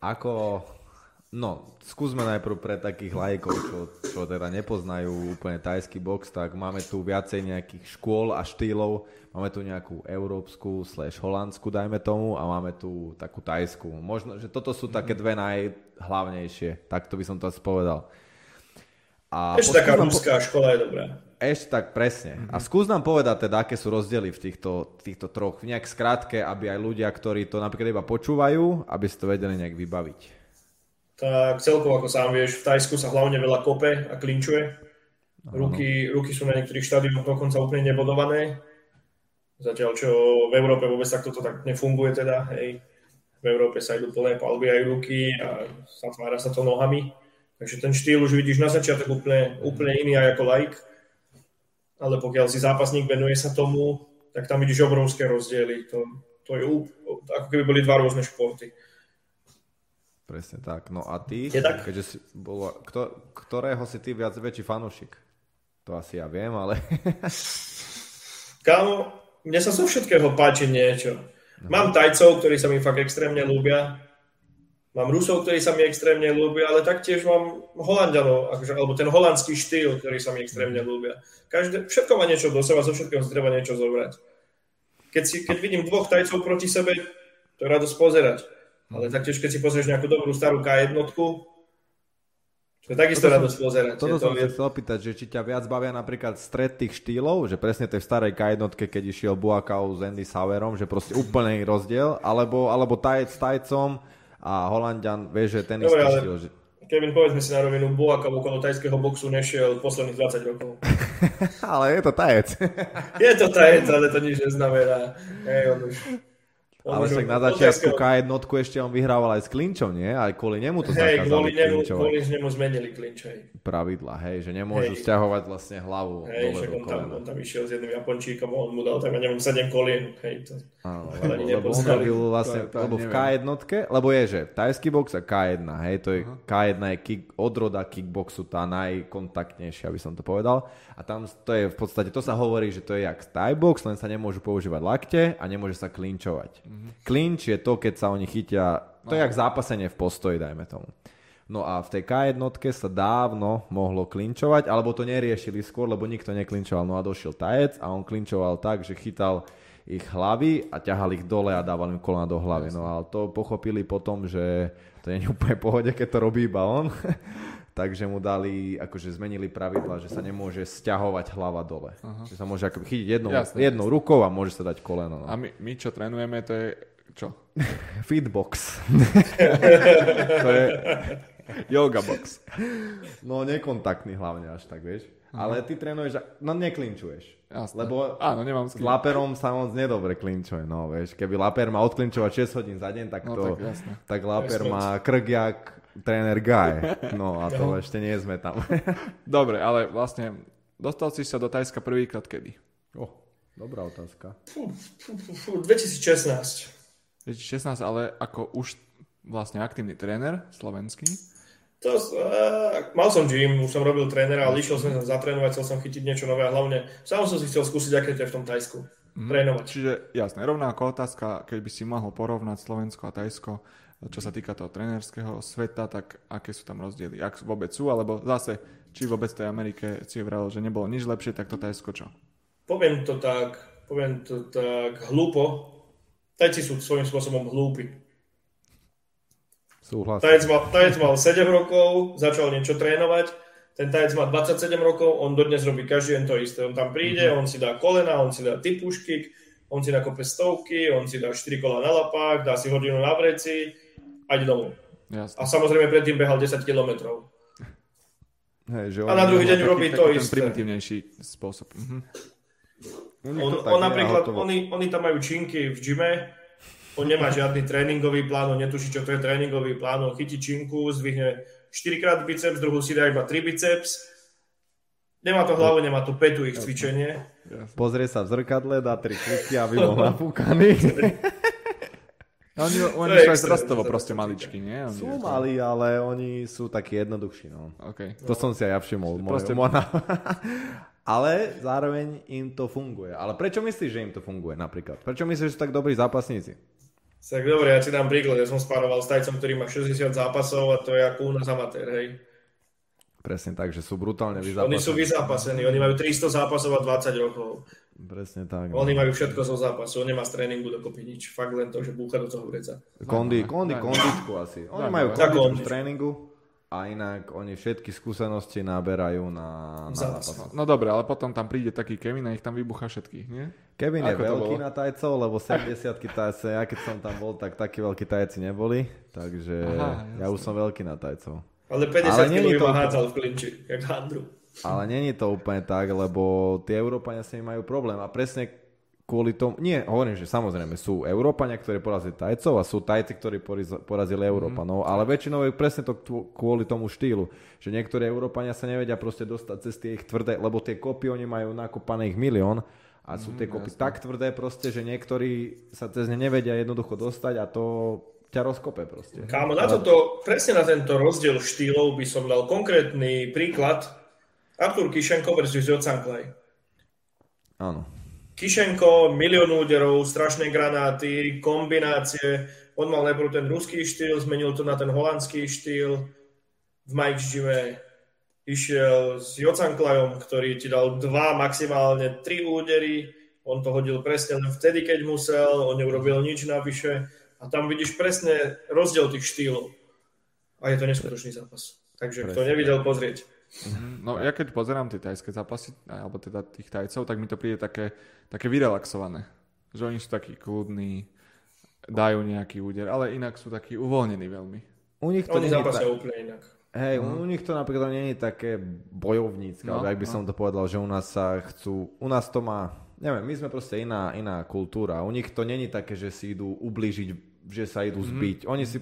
Skúsme najprv pre takých laikov, čo teda nepoznajú úplne tajský box, tak máme tu viacej nejakých škôl a štýlov. Máme tu nejakú európsku / holandsku, dajme tomu, a máme tu takú tajskú. Možno, že toto sú také dve najhlavnejšie, takto by som to asi povedal. A ešte taká ruská škola je dobrá. Ešte tak, presne. A skús nám povedať teda, aké sú rozdiely v týchto troch. Nejak skrátke, aby aj ľudia, ktorí to napríklad iba počúvajú, aby si to vedeli nejak vybaviť. Tak celkovo, ako sám vieš, v Tajsku sa hlavne veľa kope a klinčuje. Ruky sú na niektorých štádiumoch dokonca úplne nebodované. Zatiaľ, čo v Európe vôbec takto to tak nefunguje teda. Hej. V Európe sa idú plné palby aj ruky a zatvára sa to nohami. Takže ten štýl už vidíš na začiatok úplne iný aj ako laik. Ale pokiaľ si zápasník venuje sa tomu, tak tam vidíš obrovské rozdiely. To je ako keby boli dva rôzne športy. Presne tak. No a ty, keďže si ktorého si ty väčší fanúšik? To asi ja viem, ale... Kámo, mne sa zo všetkého páči niečo. Mám Tajcov, ktorí sa mi fakt extrémne ľúbia. Mám Rusov, ktorí sa mi extrémne ľúbia, ale taktiež mám Holanďanov, alebo ten holandský štýl, ktorý sa mi extrémne ľúbia. Všetko má niečo do seba, zo všetkého si treba niečo zobrať. Keď vidím dvoch Tajcov proti sebe, to je radosť pozerať. Ale taktiež, keď si pozrieš nejakú dobrú starú K1, to je takisto radosť pozerať. Toto som sa chcel opýtať, že či ťa viac bavia napríklad stred tých štýlov, že presne tej starej K1, keď išiel Buakau s Andy Sauerom, že proste úplný rozdiel, alebo tajec s tajcom a Holanďan, vieš, že ten istý štýl. Že... Kevin, povedzme si na rovinu, Buakau okolo tajského boxu nešiel posledných 20 rokov. Ale je to tajec. Je to tajec, ale to nič neznamená. Ale však na začiatku K1 ešte on vyhrával aj s klinčom, nie? Aj kvôli nemu to zakázali klinčovať. Kvôli nemu zmenili klinč, hej. Pravidla, hej, že nemôžu sťahovať vlastne hlavu dole do kolena. On tam išiel s jedným Japončíkom a on mu dal tak, neviem, 7 kolien, hej. Áno, lebo on robil vlastne, lebo v K1, lebo je, že tajský box a K1, hej, to je K1 je odroda kickboxu, tá najkontaktnejšia, by som to povedal. A tam to je v podstate, to sa hovorí, že to je jak Thai box, len sa nemôžu používať lakte a nemôže sa klinčovať. Klinč je to, keď sa oni chytia, to je jak zápasenie v postoji, dajme tomu. No a v tej K1 sa dávno mohlo klinčovať, alebo to neriešili skôr, lebo nikto neklinčoval. No a došiel tajec a on klinčoval tak, že chytal ich hlavy a ťahal ich dole a dával im kolena do hlavy. No a to pochopili potom, že to nie je úplne v pohode, keď to robí iba on. Takže mu dali, akože zmenili pravidla, že sa nemôže sťahovať hlava dole. Že sa môže akoby chytiť jednou rukou a môže sa dať koleno. No. A my čo trénujeme, to je čo? Fitbox. To je yoga box. No nekontaktný hlavne až tak, vieš. Ale ty trénuješ, no neklinčuješ. Jasné. Lebo áno, nemám s laperom sa moc nedobre klinčuje, no vieš. Keby laper má odklinčovať 6 hodín za deň, tak tak laper má krk jak tréner Guy. No a to ešte nie sme tam. Dobre, ale vlastne dostal si sa do Tajska prvýkrát kedy? Dobrá otázka. 2016. 2016, ale ako už vlastne aktívny tréner slovenský? Mal som gym, už som robil trénera, ale išiel som sa zatrénovať, chcel som chytiť niečo nové a hlavne sám som si chcel skúsiť, aké to je v tom Tajsku. Trénovať. Čiže jasné, rovnako otázka, keď by si mohol porovnať Slovensko a Tajsko, čo sa týka toho trénerského sveta, tak aké sú tam rozdiely? Ak vôbec sú, alebo zase, či vôbec v tej Amerike si vral, že nebolo nič lepšie, tak to Tajsko čo? Poviem to tak hlúpo. Tajci sú svojím spôsobom hlúpi. Tajec mal 7 rokov, začal niečo trénovať. Ten tajec má 27 rokov, on dodnes robí každý deň to isté. On tam príde, on si dá kolena, on si dá typušky, on si nakope stovky, on si dá 4 kola na lapách, dá si hodinu na vreci a ide domov. Jasne. A samozrejme predtým behal 10 kilometrov. A na druhý deň robí to isté. Ten primitívnejší spôsob. On napríklad, oni tam majú činky v gyme, on nemá žiadny tréningový plán, on netuší, čo to je tréningový plán, on chytí činku, zdvihne 4-krát biceps, druhú si dá iba 3 biceps, nemá to hlavu, nemá to petu, ich cvičenie. Pozrie sa v zrkadle, dá 3 kliky a bol napúkaný. Oni sú aj zrastovo proste maličky, nie? Sú malí, ale oni sú takí jednoduchší, no. Okay. To som si aj ja všimol. Ale zároveň im to funguje. Ale prečo myslíš, že im to funguje napríklad? Prečo myslíš, že sú tak dobrí zápasníci? Tak dobre, ja ti dám príklad. Ja som spároval s tajcom, ktorý má 60 zápasov a to je ako u nás amatér, hej. Presne tak, že sú brutálne vyzápasení. Oni sú vyzápasení, oni majú 300 zápasov a 20 rokov. Presne tak. Oni majú všetko zo zápasu, on nemá z tréningu dokopy nič. Fakt len to, že búcha do toho vreca. Kondičku asi. Oni majú kondičku z tréningu. A inak oni všetky skúsenosti naberajú na zápas. No dobre, ale potom tam príde taký Kevin a ich tam vybucha všetkých, nie? Kevin je veľký na tajcov, lebo 70-ky tajce, ja keď som tam bol, tak takí veľkí tajci neboli. Takže ja už som veľký na tajcov. Ale 50 kg ma hádzal v klinči, jak handru. Ale není to úplne tak, lebo tie Európania s nimi majú problém. A presne kvôli tomu, nie, hovorím, že samozrejme sú Európania, ktorí porazili tajcov a sú tajci, ktorí porazili Európanov, ale väčšinou je presne to kvôli tomu štýlu, že niektorí Európania sa nevedia proste dostať cez tie ich tvrdé, lebo tie kopy oni majú nakopané ich milión a sú tie kopy tak tvrdé proste, že niektorí sa cez ne nevedia jednoducho dostať a to ťa rozkope proste. Kámo, na toto, presne na tento rozdiel štýlov by som dal konkrétny príklad. Artur Kišenko versus Jocanklaj. Áno. Kišenko, milión úderov, strašné granáty, kombinácie. On mal najprv ten ruský štýl, zmenil to na ten holandský štýl. V Mike's Gyme išiel s Jocanklajom, ktorý ti dal 2, maximálne 3 údery. On to hodil presne len vtedy, keď musel. On neurobil nič navyše. A tam vidíš presne rozdiel tých štýlov. A je to neskutočný zápas. Takže kto nevidel, pozrieť. No ja keď pozerám tie tajské zápasy, alebo teda tých tajcov, tak mi to príde také vyrelaxované. Že oni sú takí kľudní, dajú nejaký úder, ale inak sú takí uvoľnení veľmi. Oni zápasia úplne inak. Hej, u nich to napríklad nie je také bojovnícke, alebo ak by som to povedal, že u nás to má, neviem, my sme proste iná kultúra. U nich to není také, že si idú ublížiť, že sa idú zbiť.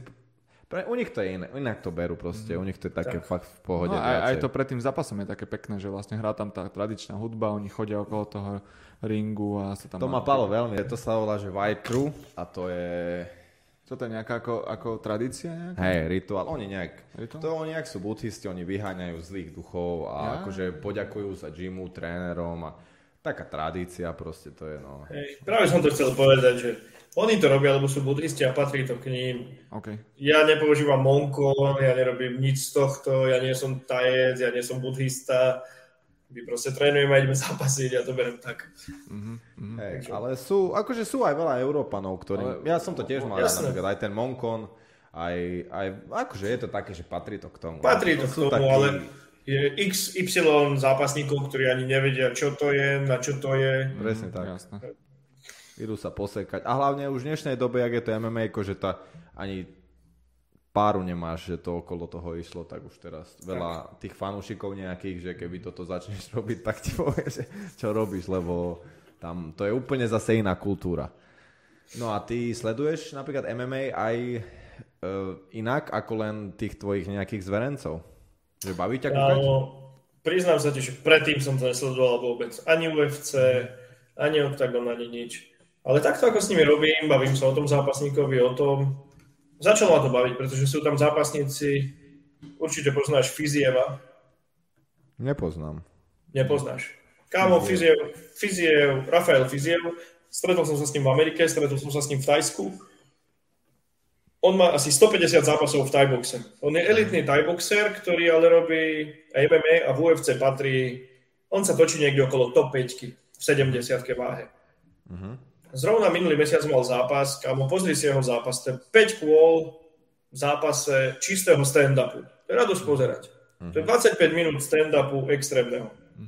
U nich to je inak to berú proste, u nich to je také fakt v pohode. No, aj to pred tým zápasom je také pekné, že vlastne hrá tam tá tradičná hudba, oni chodia okolo toho ringu a sa tam... To ma palo veľmi, to sa volá, že White Crew a to je... Čo to je nejaká ako tradícia nejaká? Hej, rituál. Oni nejak sú buddhisti, oni vyháňajú zlých duchov a akože poďakujú sa gymu, trénerom a taká tradícia proste to je, no. Hej, práve som to chcel povedať, že oni to robia, lebo sú buddhisti a patrí to k ním. Okay. Ja nepoužívam monko, ja nerobím nič z tohto, ja nie som tajec, ja nie som buddhista. My proste trénujeme a ideme zápasiť, ja to beriem tak. Hej, ale sú aj veľa Európanov, ktorí... Ja som to tiež mal, napríklad aj ten Monkon, aj akože je to také, že patrí to k tomu. Patrí to k tomu, ale je XY zápasníkov, ktorí ani nevedia, čo to je, na čo to je. Presne tak. Jasné. Idú sa posekať. A hlavne už v dnešnej dobe, jak je to MMA, že to ani páru nemáš, že to okolo toho išlo, tak už teraz veľa tých fanúšikov nejakých, že keby toto začneš robiť, tak ti povie, že čo robíš, lebo tam to je úplne zase iná kultúra. No a ty sleduješ napríklad MMA aj inak ako len tých tvojich nejakých zverencov? Že baví ťa kúkať? Priznám sa ti, že predtým som to nesledoval vôbec. Ani UFC, ani Octagon, ani nič. Ale takto ako s nimi robím, bavím sa o tom zápasníkovi, o tom. Začalo ma to baviť, pretože sú tam zápasníci, určite poznáš Fizieva. Nepoznám. Nepoznáš. Kámo, Rafael Fiziev, stretol som sa s ním v Amerike, stretol som sa s ním v Tajsku. On má asi 150 zápasov v thaiboxe. On je elitný thaiboxer, ktorý ale robí MMA a v UFC patrí, on sa točí niekde okolo top 5 v 70 váhe. Zrovna minulý mesiac mal zápas, kámo, pozri si jeho zápas, to je 5 kôl v zápase čistého stand-upu. To je radosť pozerať. To je 25 minút stand-upu extrémneho.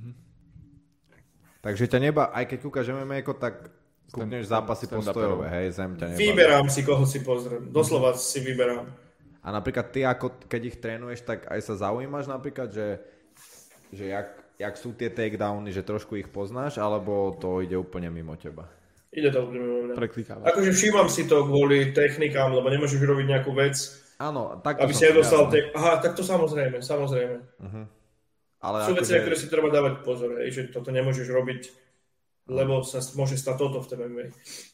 Takže ťa aj keď kúkaš MMA, tak kúkneš zápasy postojové, hej, zem ťa nebá. Vyberám si, koho si pozriem. Doslova si vyberám. A napríklad ty, keď ich trénuješ, tak aj sa zaujímaš napríklad, že jak sú tie takedowny, že trošku ich poznáš, alebo to ide úplne mimo teba? Ide to úplne mimo mňa. Preklikávať. Akože všímam si to kvôli technikám, lebo nemôžeš robiť nejakú vec, áno, tak aby si nedostal Aha, tak to samozrejme. Ale sú veci, na ktoré si treba dávať pozor, že toto nemôžeš robiť, lebo sa môže stať toto v MMA.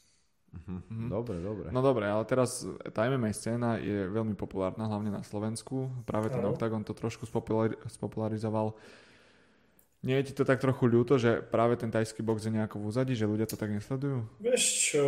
Dobre. No dobre, ale teraz tá MMA scéna je veľmi populárna, hlavne na Slovensku. Práve ten Octagon to trošku spopularizoval. Nie je ti to tak trochu ľúto, že práve ten tajský box je nejako v úzadí, že ľudia to tak nesledujú? Vieš čo,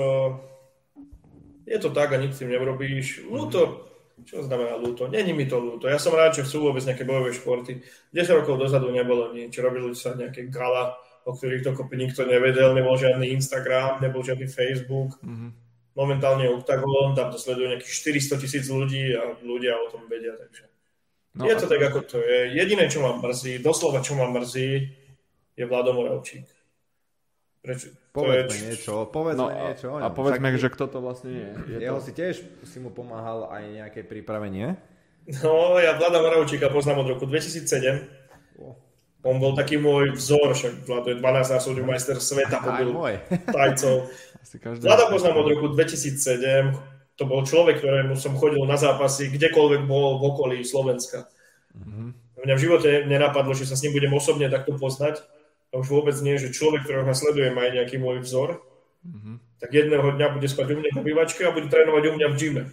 je to tak a nič s tým neurobíš. Ľúto, čo znamená ľúto? Není mi to ľúto. Ja som rád, že sú vôbec nejaké bojové športy. 10 rokov dozadu nebolo nič. Robili sa nejaké gala, o ktorých dokopy nikto nevedel. Nebol žiadny Instagram, nebol žiadny Facebook. Momentálne je Octagon, tam to sleduje nejakých 400,000 ľudí a ľudia o tom vedia, takže... No, je to tak, ako to je. Jediné, čo ma mrzí, doslova čo ma mrzí, je Vlado Moravčík. Prečo? Povedzme niečo o ňom. A povedzme, že kto to vlastne je. Jeho si tiež si mu pomáhal aj nejaké príprave, nie? No, ja Vlada Moravčíka poznám od roku 2007. On bol taký môj vzor, však Vlado je 12-násobný majster sveta, pobil tajcov. Vlada poznám od roku 2007. To bol človek, ktorému som chodil na zápasy, kdekoľvek bol v okolí Slovenska. Mňa v živote nenapadlo, že sa s ním budem osobne takto poznať. A už vôbec nie, že človek, ktorého ja sledujem, aj nejaký môj vzor. Tak jedného dňa bude spať u mňa v obývačke a bude trénovať u mňa v gyme.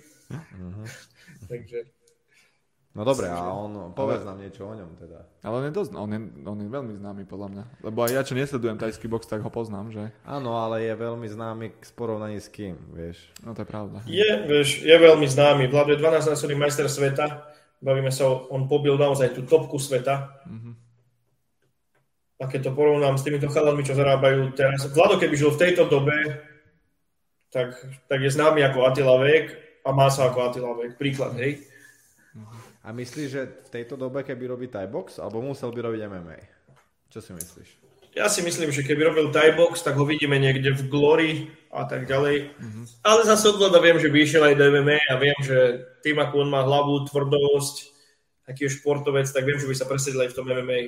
Takže... No dobre, a povedz nám niečo o ňom teda. Ale on je veľmi známy podľa mňa. Lebo aj ja, čo nesledujem tajský box, tak ho poznám, že? Áno, ale je veľmi známy v porovnaní s kým, vieš. No to je pravda. Je veľmi známy. Vlado je 12-násobný majster sveta. Bavíme sa, on pobil naozaj tú topku sveta. A keď to porovnám s týmito chalami, čo zarábajú teraz. Vlado, keby žil v tejto dobe, tak je známy ako Attila Vek a má sa ako Attila Vek. Príklad, hej. A myslíš, že v tejto dobe, keby robí Thai box, alebo musel by robiť MMA? Čo si myslíš? Ja si myslím, že keby robil Thai box, tak ho vidíme niekde v Glory a tak ďalej. Ale zase odhľada viem, že by išiel aj do MMA a viem, že tým, ako on má hlavu, tvrdosť, taký športovec, tak viem, že by sa presedil aj v tom MMA.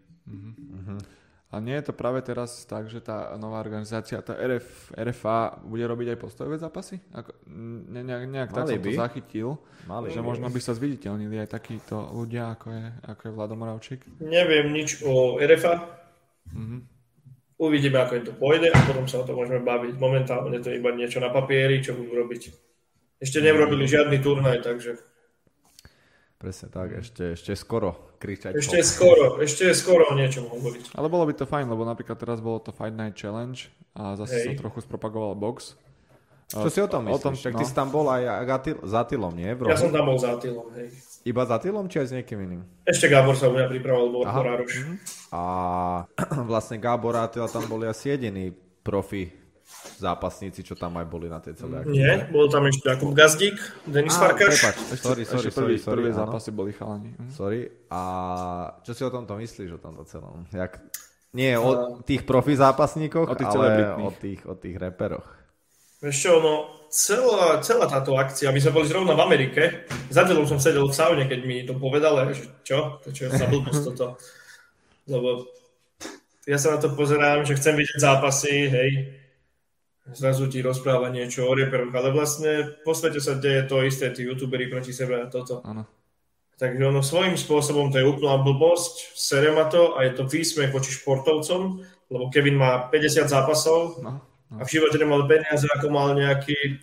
A nie je to práve teraz tak, že tá nová organizácia, tá RFA, bude robiť aj postojové zápasy? Nejak tak som to zachytil, že možno by sa zviditeľnili aj takíto ľudia, ako je Vlado Moravčík. Neviem nič o RFA. Uvidíme, ako im to pôjde a potom sa o tom môžeme baviť. Momentálne to je iba niečo na papieri, čo budú robiť. Ešte neurobili žiadny turnaj, takže... Presne tak, ešte skoro kričať. Ešte je skoro o niečom hovoriť. Ale bolo by to fajn, lebo napríklad teraz bolo to Fight Night Challenge a zase som trochu spropagoval box. Čo si o tom myslíš? Však ty si tam bol aj za Attylom, nie? Ja som tam bol za Attylom, hej. Iba za Attylom, či aj s niekým iným? Ešte Gábor sa u mňa pripravoval, bol Porároš. A vlastne Gábor a Attila tam boli asi jediní profi zápasníci, čo tam aj boli na tej celej akcii. Nie, bol tam ešte Jakub Gazdík, Denis Farkáš. Sorry. Prvé zápasy boli chalani. Sorry. A čo si o tomto myslíš, o tomto celom? Nie o tých profi zápasníkoch, ale o tých reperoch. Vieš čo, celá táto akcia, my sme boli zrovna v Amerike, za Attylom som sedel v saune, keď mi to povedal, že čo? To čo je za blbosť toto? Lebo ja sa na to pozerám, že chcem vidieť zápasy, hej, zrazu ti rozpráva niečo o reperoch, ale vlastne po svete sa deje to isté, tí youtuberi proti sebe a toto. Ano. Takže ono svojím spôsobom to je úplná blbosť, sere ma to a je to výsmech voči športovcom, lebo Kevin má 50 zápasov a v živote nemal peniaze, ako mal nejaký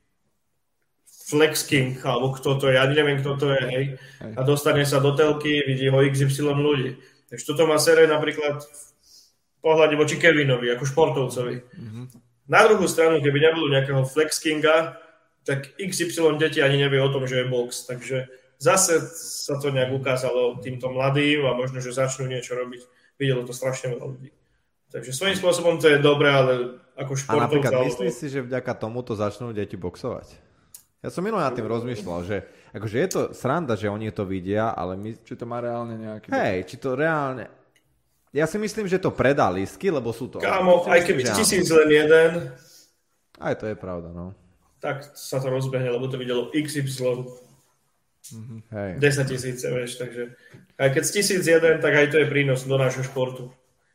Flex King, alebo kto to je, ja neviem, kto to je, hej. A dostane sa do telky, vidí ho XY ľudí. Takže toto má sere napríklad v pohľade voči Kevinovi, ako športovcovi. Na druhú stranu, keby nebolo nejakého Flex Kinga, tak XY deti ani nevie o tom, že je box. Takže zase sa to nejak ukázalo týmto mladým a možno, že začnú niečo robiť. Videlo to strašne veľa ľudí. Takže svojím spôsobom to je dobré, ale ako športovca... A napríklad myslíš si, že vďaka tomuto začnú deti boxovať? Ja som minulý nad tým rozmýšľal, že akože je to sranda, že oni to vidia, ale či to má reálne nejaký... Hej, či to reálne... Ja si myslím, že to predá lístky, lebo sú to... Kámo, aj keby 1000 len jeden... Aj to je pravda, no. Tak sa to rozbehne, lebo to videlo XY. 10 000, vieš, takže... Aj keď 1001, tak aj to je prínos do nášho športu.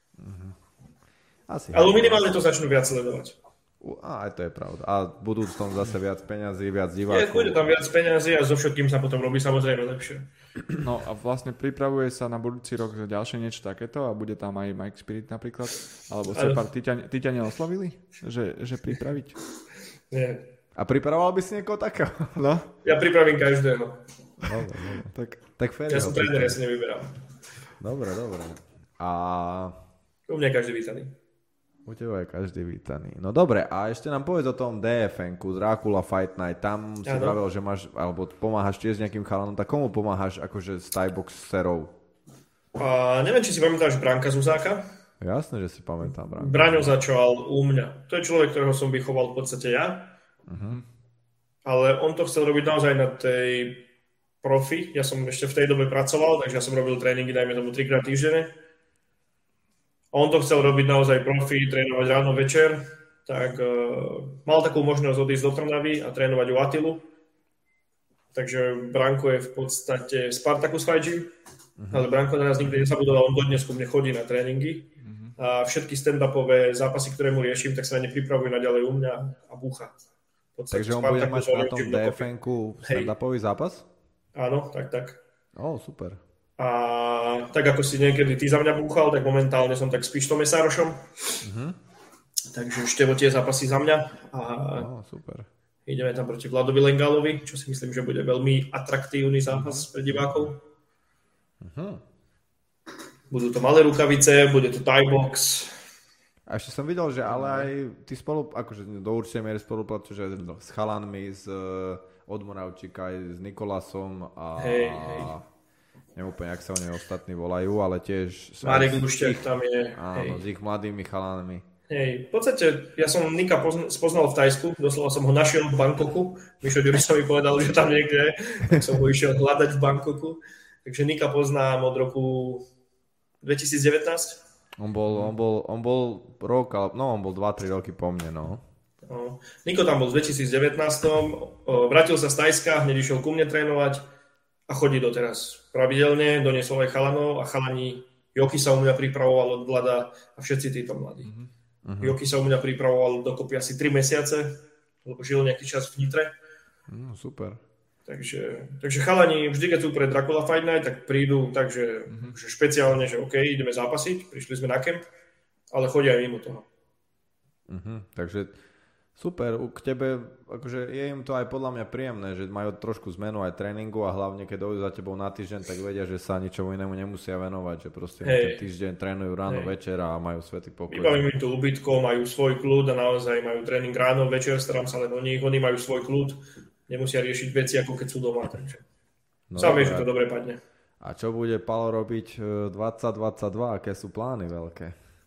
Asi. Ale minimálne to začnú viac sledovať. Aj to je pravda. A budú v tom zase viac peňazí, viac divákov. Bude tam viac peňazí a so všetkým sa potom robí samozrejme lepšie. No a vlastne pripravuje sa na budúci rok ďalšie niečo takéto a bude tam aj Mike Spirit napríklad? Alebo Separ, ty ťa neoslovili? Že pripraviť? Nie. A pripravoval by si niekoho takého? No? Ja pripravím každého. Dobre. Tak fér. Ja som tréner, ja si nevyberám. Dobre. A... U mňa každý vítaný. U teba je každý vítaný. No dobre, a ešte nám povedz o tom DFN-ku, Dracula Fight Night. Tam si vravel, že máš, alebo pomáhaš tiež nejakým chalanom. Tak komu pomáhaš akože s Thai boxerov? Neviem, či si pamätáš Branka Zuzáka? Jasné, že si pamätám Branka. Braňo začal u mňa. To je človek, ktorého som vychoval v podstate ja. Ale on to chcel robiť naozaj na tej profi. Ja som ešte v tej dobe pracoval, takže ja som robil tréningy, dajme tomu 3-krát týždenne. A on to chcel robiť naozaj profi, trénovať ráno, večer, tak mal takú možnosť odísť do Trnavy a trénovať u Attilu. Takže Branko je v podstate Spartacus Fight Gym, ale Branko na nás nikdy nezabudoval, on dodnes ku mne chodí na tréningy a všetky stand-upové zápasy, ktoré mu riešim, tak sa na ne pripravujú naďalej u mňa a búcha. Takže on bude mať na tom DFN-ku stand-upový zápas? Áno, tak. Super. A tak ako si niekedy ty za mňa búchal, tak momentálne som tak s Pištom Mesárošom. Takže Števo tie zápasy za mňa. Super. Ideme tam proti Vladovi Lengálovi, čo si myslím, že bude veľmi atraktívny zápas pre divákov. Budú to malé rukavice, bude to Thai box. A ešte som videl, že ale aj ty akože do určitej miery spolupracuješ s chalanmi, od Moravčíka, aj s Nikolasom a... Hej. Neviem úplne, ak sa o nej ostatní volajú, ale tiež... Marek Lušťák tam je. Áno, s ich mladými chalanmi. Hej, v podstate ja som Nika spoznal v Thajsku, doslova som ho našiel v Bangkoku. Mišo Ďuriš mi povedal, že tam niekde je, tak som ho išiel hľadať v Bangkoku. Takže Nika poznám od roku 2019. On bol rok, on bol 2-3 roky po mne, no. Niko tam bol v 2019, vrátil sa z Thajska, hneď išiel ku mne trénovať a chodí doteraz pravidelne, doniesol aj chalanov a chalani, Joky sa u mňa pripravoval od Vlada a všetci títo mladí. Joky sa u mňa pripravoval dokopy asi 3 mesiace, lebo žil nejaký čas v Nitre. Super. Takže chalani, vždy keď sú pre Dracula Fight Night, tak prídu takže že špeciálne, že OK, ideme zápasiť, prišli sme na kemp, ale chodia aj mimo toho. Takže super, k tebe, akože je im to aj podľa mňa príjemné, že majú trošku zmenu aj tréningu a hlavne keď dojdú za tebou na týždeň, tak vedia, že sa ničomu inému nemusia venovať, že proste ten týždeň trénujú ráno, večer a majú svätý pokoj. Vybavím im to ubytko, majú svoj kľud a naozaj majú tréning ráno, večer, starám sa len o nich, oni majú svoj kľud, nemusia riešiť veci, ako keď sú doma, takže sám vieš, že to dobre padne. A čo bude Palo robiť 2022, aké sú plány veľké?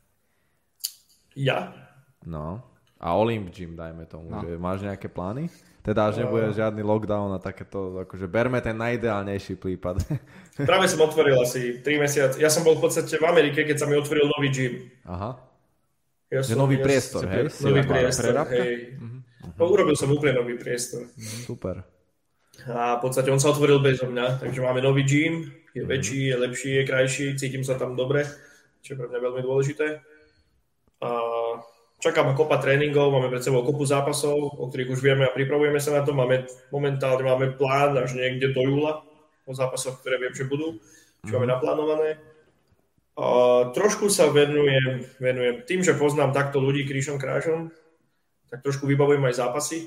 Ja? No. A Olymp Gym, dajme tomu, že máš nejaké plány? Teda až nebude žiadny lockdown a takéto, akože berme ten najideálnejší prípad. Práve som otvoril asi 3 mesiace. Ja som bol v podstate v Amerike, keď sa mi otvoril nový gym. Aha. Nový priestor, hej? Nový priestor, hej. Urobil som úplne nový priestor. Super. A v podstate on sa otvoril bezo mňa, takže máme nový gym, je väčší, je lepší, je krajší, cítim sa tam dobre, čo je pre mňa veľmi dôležité. A čaká ma kopa tréningov, máme pred sebou kopu zápasov, o ktorých už vieme a pripravujeme sa na to. Momentálne máme plán až niekde do júla o zápasoch, ktoré viem, že budú, čo máme naplánované. A trošku sa venujem tým, že poznám takto ľudí krížom krážom, tak trošku vybavujem aj zápasy.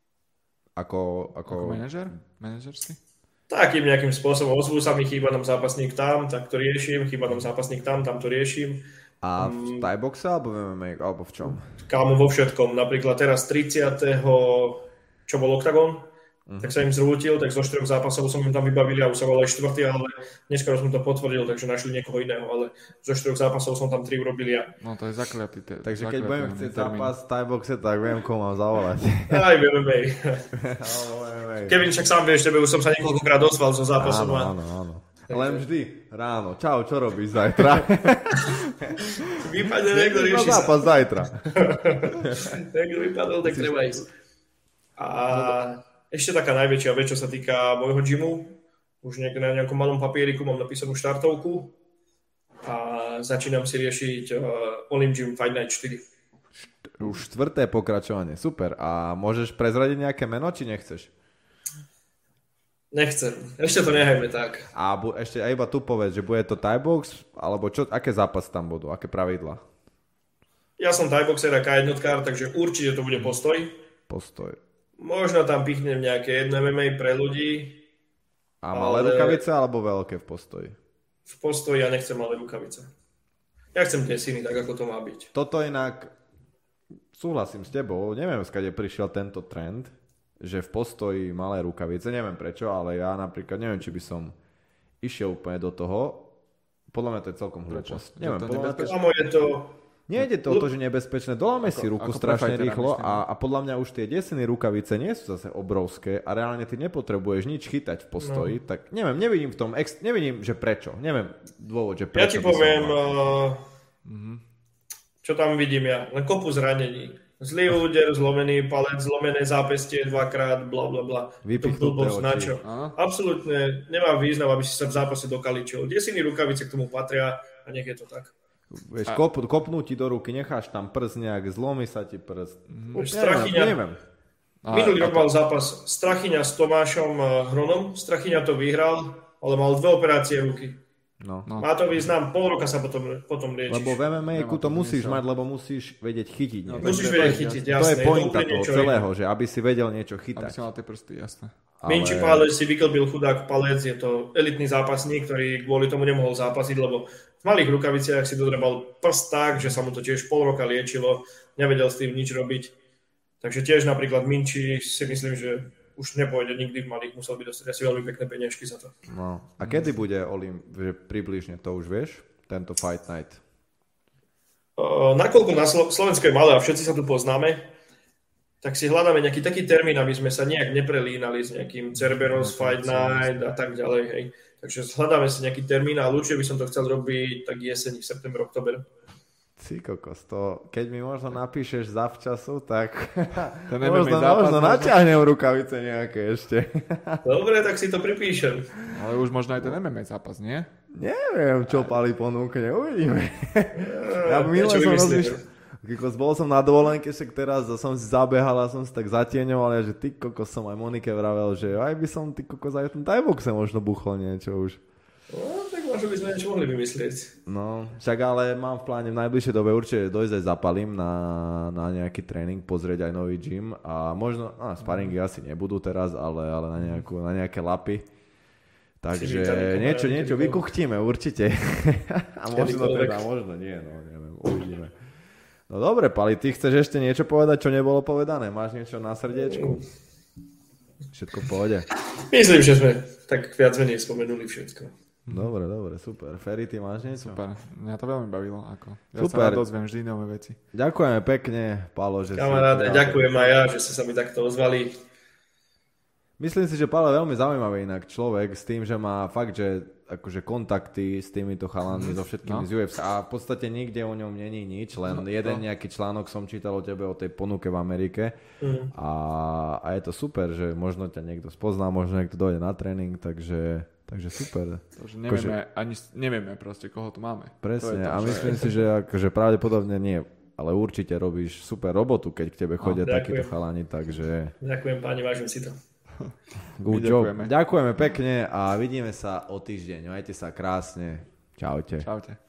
Ako manažer? Manažersky? Takým nejakým spôsobom. Ozvú sa mi, chýba nám zápasník tam, tak to riešim, chýba nám zápasník tam to riešim. A v Thai-boxe alebo v MMA, alebo v čom? Kámo, vo všetkom. Napríklad teraz 30. čo bol Octagon, tak sa im zrútil, tak zo 4 zápasov som im tam vybavili a už sa volal aj 4, ale neskôr som to potvrdil, takže našli niekoho iného, ale zo 4 zápasov som tam 3 urobili ja. No to je zakliatý. Takže keď budem chcieť zápas v Thai-boxe, tak viem, koho mám zavolať. Aj v MMA. Kevin, však sám vieš, tebe už som sa niekoľkokrát ozval zo zápasom. Áno. Len vždy ráno. Čau, čo robíš zajtra? Vypadne niekto, rieši sa. Zápas zajtra. Niekto vypadol, tak treba ísť. A ešte taká najväčšia vec, čo sa týka môjho gymu. Už na nejakom malom papieriku mám napísanú štartovku a začínam si riešiť Olymp Gym Fight Night 4. Už 4. pokračovanie, super. A môžeš prezradiť nejaké meno, či nechceš? Nechcem. Ešte to nehajme tak. A ešte aj iba tu povedz, že bude to Thai-box, alebo čo, aké zápasy tam budú, aké pravidlá? Ja som Thai-boxer a K1-kár, takže určite to bude postoj. Postoj. Možno tam pichnem nejaké jedno MMA pre ľudí. A malé rukavice alebo veľké v postoji? V postoji ja nechcem malé rukavice. Ja chcem desiny, tak ako to má byť. Toto inak, súhlasím s tebou, neviem, skade prišiel tento trend, že v postoji malé rukavice, neviem prečo, ale ja napríklad neviem, či by som išiel úplne do toho. Podľa mňa to je celkom hlúposť. Neviem, nejde to o to, že nebezpečné. Doláme si ruku strašne rýchlo a podľa mňa už tie desiny rukavice nie sú zase obrovské a reálne ty nepotrebuješ nič chytať v postoji. No. Tak neviem, nevidím v tom, nevidím, že prečo. Neviem dôvod, že prečo. Ja ti poviem, čo tam vidím ja. Len kopu zranení. Zlý úder, zlomený palec, zlomené zápestie dvakrát, blablabla. Vypichnuté oči. Absolútne nemá význam, aby si sa v zápase dokaličil. Desiny rukavice k tomu patria a nech je to tak. Vieš, kopnú ti do ruky, necháš tam prst nejak, zlomí sa ti prst. Neviem. Minulý rok mal zápas Strachyňa s Tomášom Hronom. Strachyňa to vyhral, ale mal 2 operácie ruky. No. Má to význam, pol roka sa potom liečíš. Lebo v MMA-ku to musíš mať, lebo musíš vedieť chytiť. Musíš vedieť chytiť, jasné. To je pointa toho celého, že aby si vedel niečo chytať. Aby si mal tie prsty, jasné. Minči Pálec si vyklbil chudák palec, je to elitný zápasník, ktorý kvôli tomu nemohol zápasiť, lebo v malých rukaviciach si dodrebal prst tak, že sa mu to tiež pol roka liečilo, nevedel s tým nič robiť. Takže tiež napríklad Minči si myslím, že už nepôjde nikdy v malých, musel by dostať asi veľmi pekné peniažky za to. No. A kedy bude Olymp, že približne to už vieš, tento Fight Night? nakoľko na Slovensko je malé a všetci sa tu poznáme, tak si hľadáme nejaký taký termín, aby sme sa nejak neprelínali s nejakým Cerberus, Fight Night a tak ďalej. Hej. Takže hľadáme si nejaký termín a ľudšie by som to chcel robiť tak jeseň, september, október. Ty kokos, to keď mi možno napíšeš zavčasu, tak možno natiahnem rukavice nejaké ešte. Dobre, tak si to pripíšem. Ale už možno aj ten MMA zápas, nie? Neviem, čo Pali ponúkne, uvidíme. Ja minule som rozmýšľal. Bol som na dovolenke, však teraz som si zabehal a som si tak zatieňoval, že ty kokos som aj Monike vravel, že aj by som ty kokos aj v tom thaiboxe možno buchol niečo už. No, tak možno by sme niečo mohli vymyslieť. No, však ale mám v pláne v najbližšej dobe určite dojsť aj zapalím na nejaký tréning, pozrieť aj nový gym a možno, sparingy asi nebudú teraz, ale na nejaké lapy. Takže niečo vykuchtíme určite. A možno teda, možno nie, no neviem, uvidíme. No dobre, Pali, ty chceš ešte niečo povedať, čo nebolo povedané? Máš niečo na srdiečku? Všetko v pohode? Myslím, že sme tak viac menej spomenuli všetko. Dobre, super. Ferry, ty máš niečo? Super, mňa to veľmi bavilo. Ja sa dozviem vždy nové veci. Ďakujeme pekne, Palo, že kamaráde, ďakujem aj ja, že ste sa mi takto ozvali. Myslím si, že Palo je veľmi zaujímavý inak človek s tým, že má fakt, že akože kontakty s týmito chalanmi, so všetkými z UFC a v podstate nikde o ňom není nič, len jeden nejaký článok som čítal o tebe o tej ponuke v Amerike a je to super, že možno ťa niekto spozná, možno niekto dojde na tréning, takže super. Nevieme proste, koho tu máme. Presne, a myslím si, že akože pravdepodobne nie, ale určite robíš super robotu, keď k tebe chodia takíto chalani, takže... Ďakujem páni, vážim si to. Good job. Ďakujeme pekne a vidíme sa o týždeň. Majte sa krásne. Čaute. Čaute.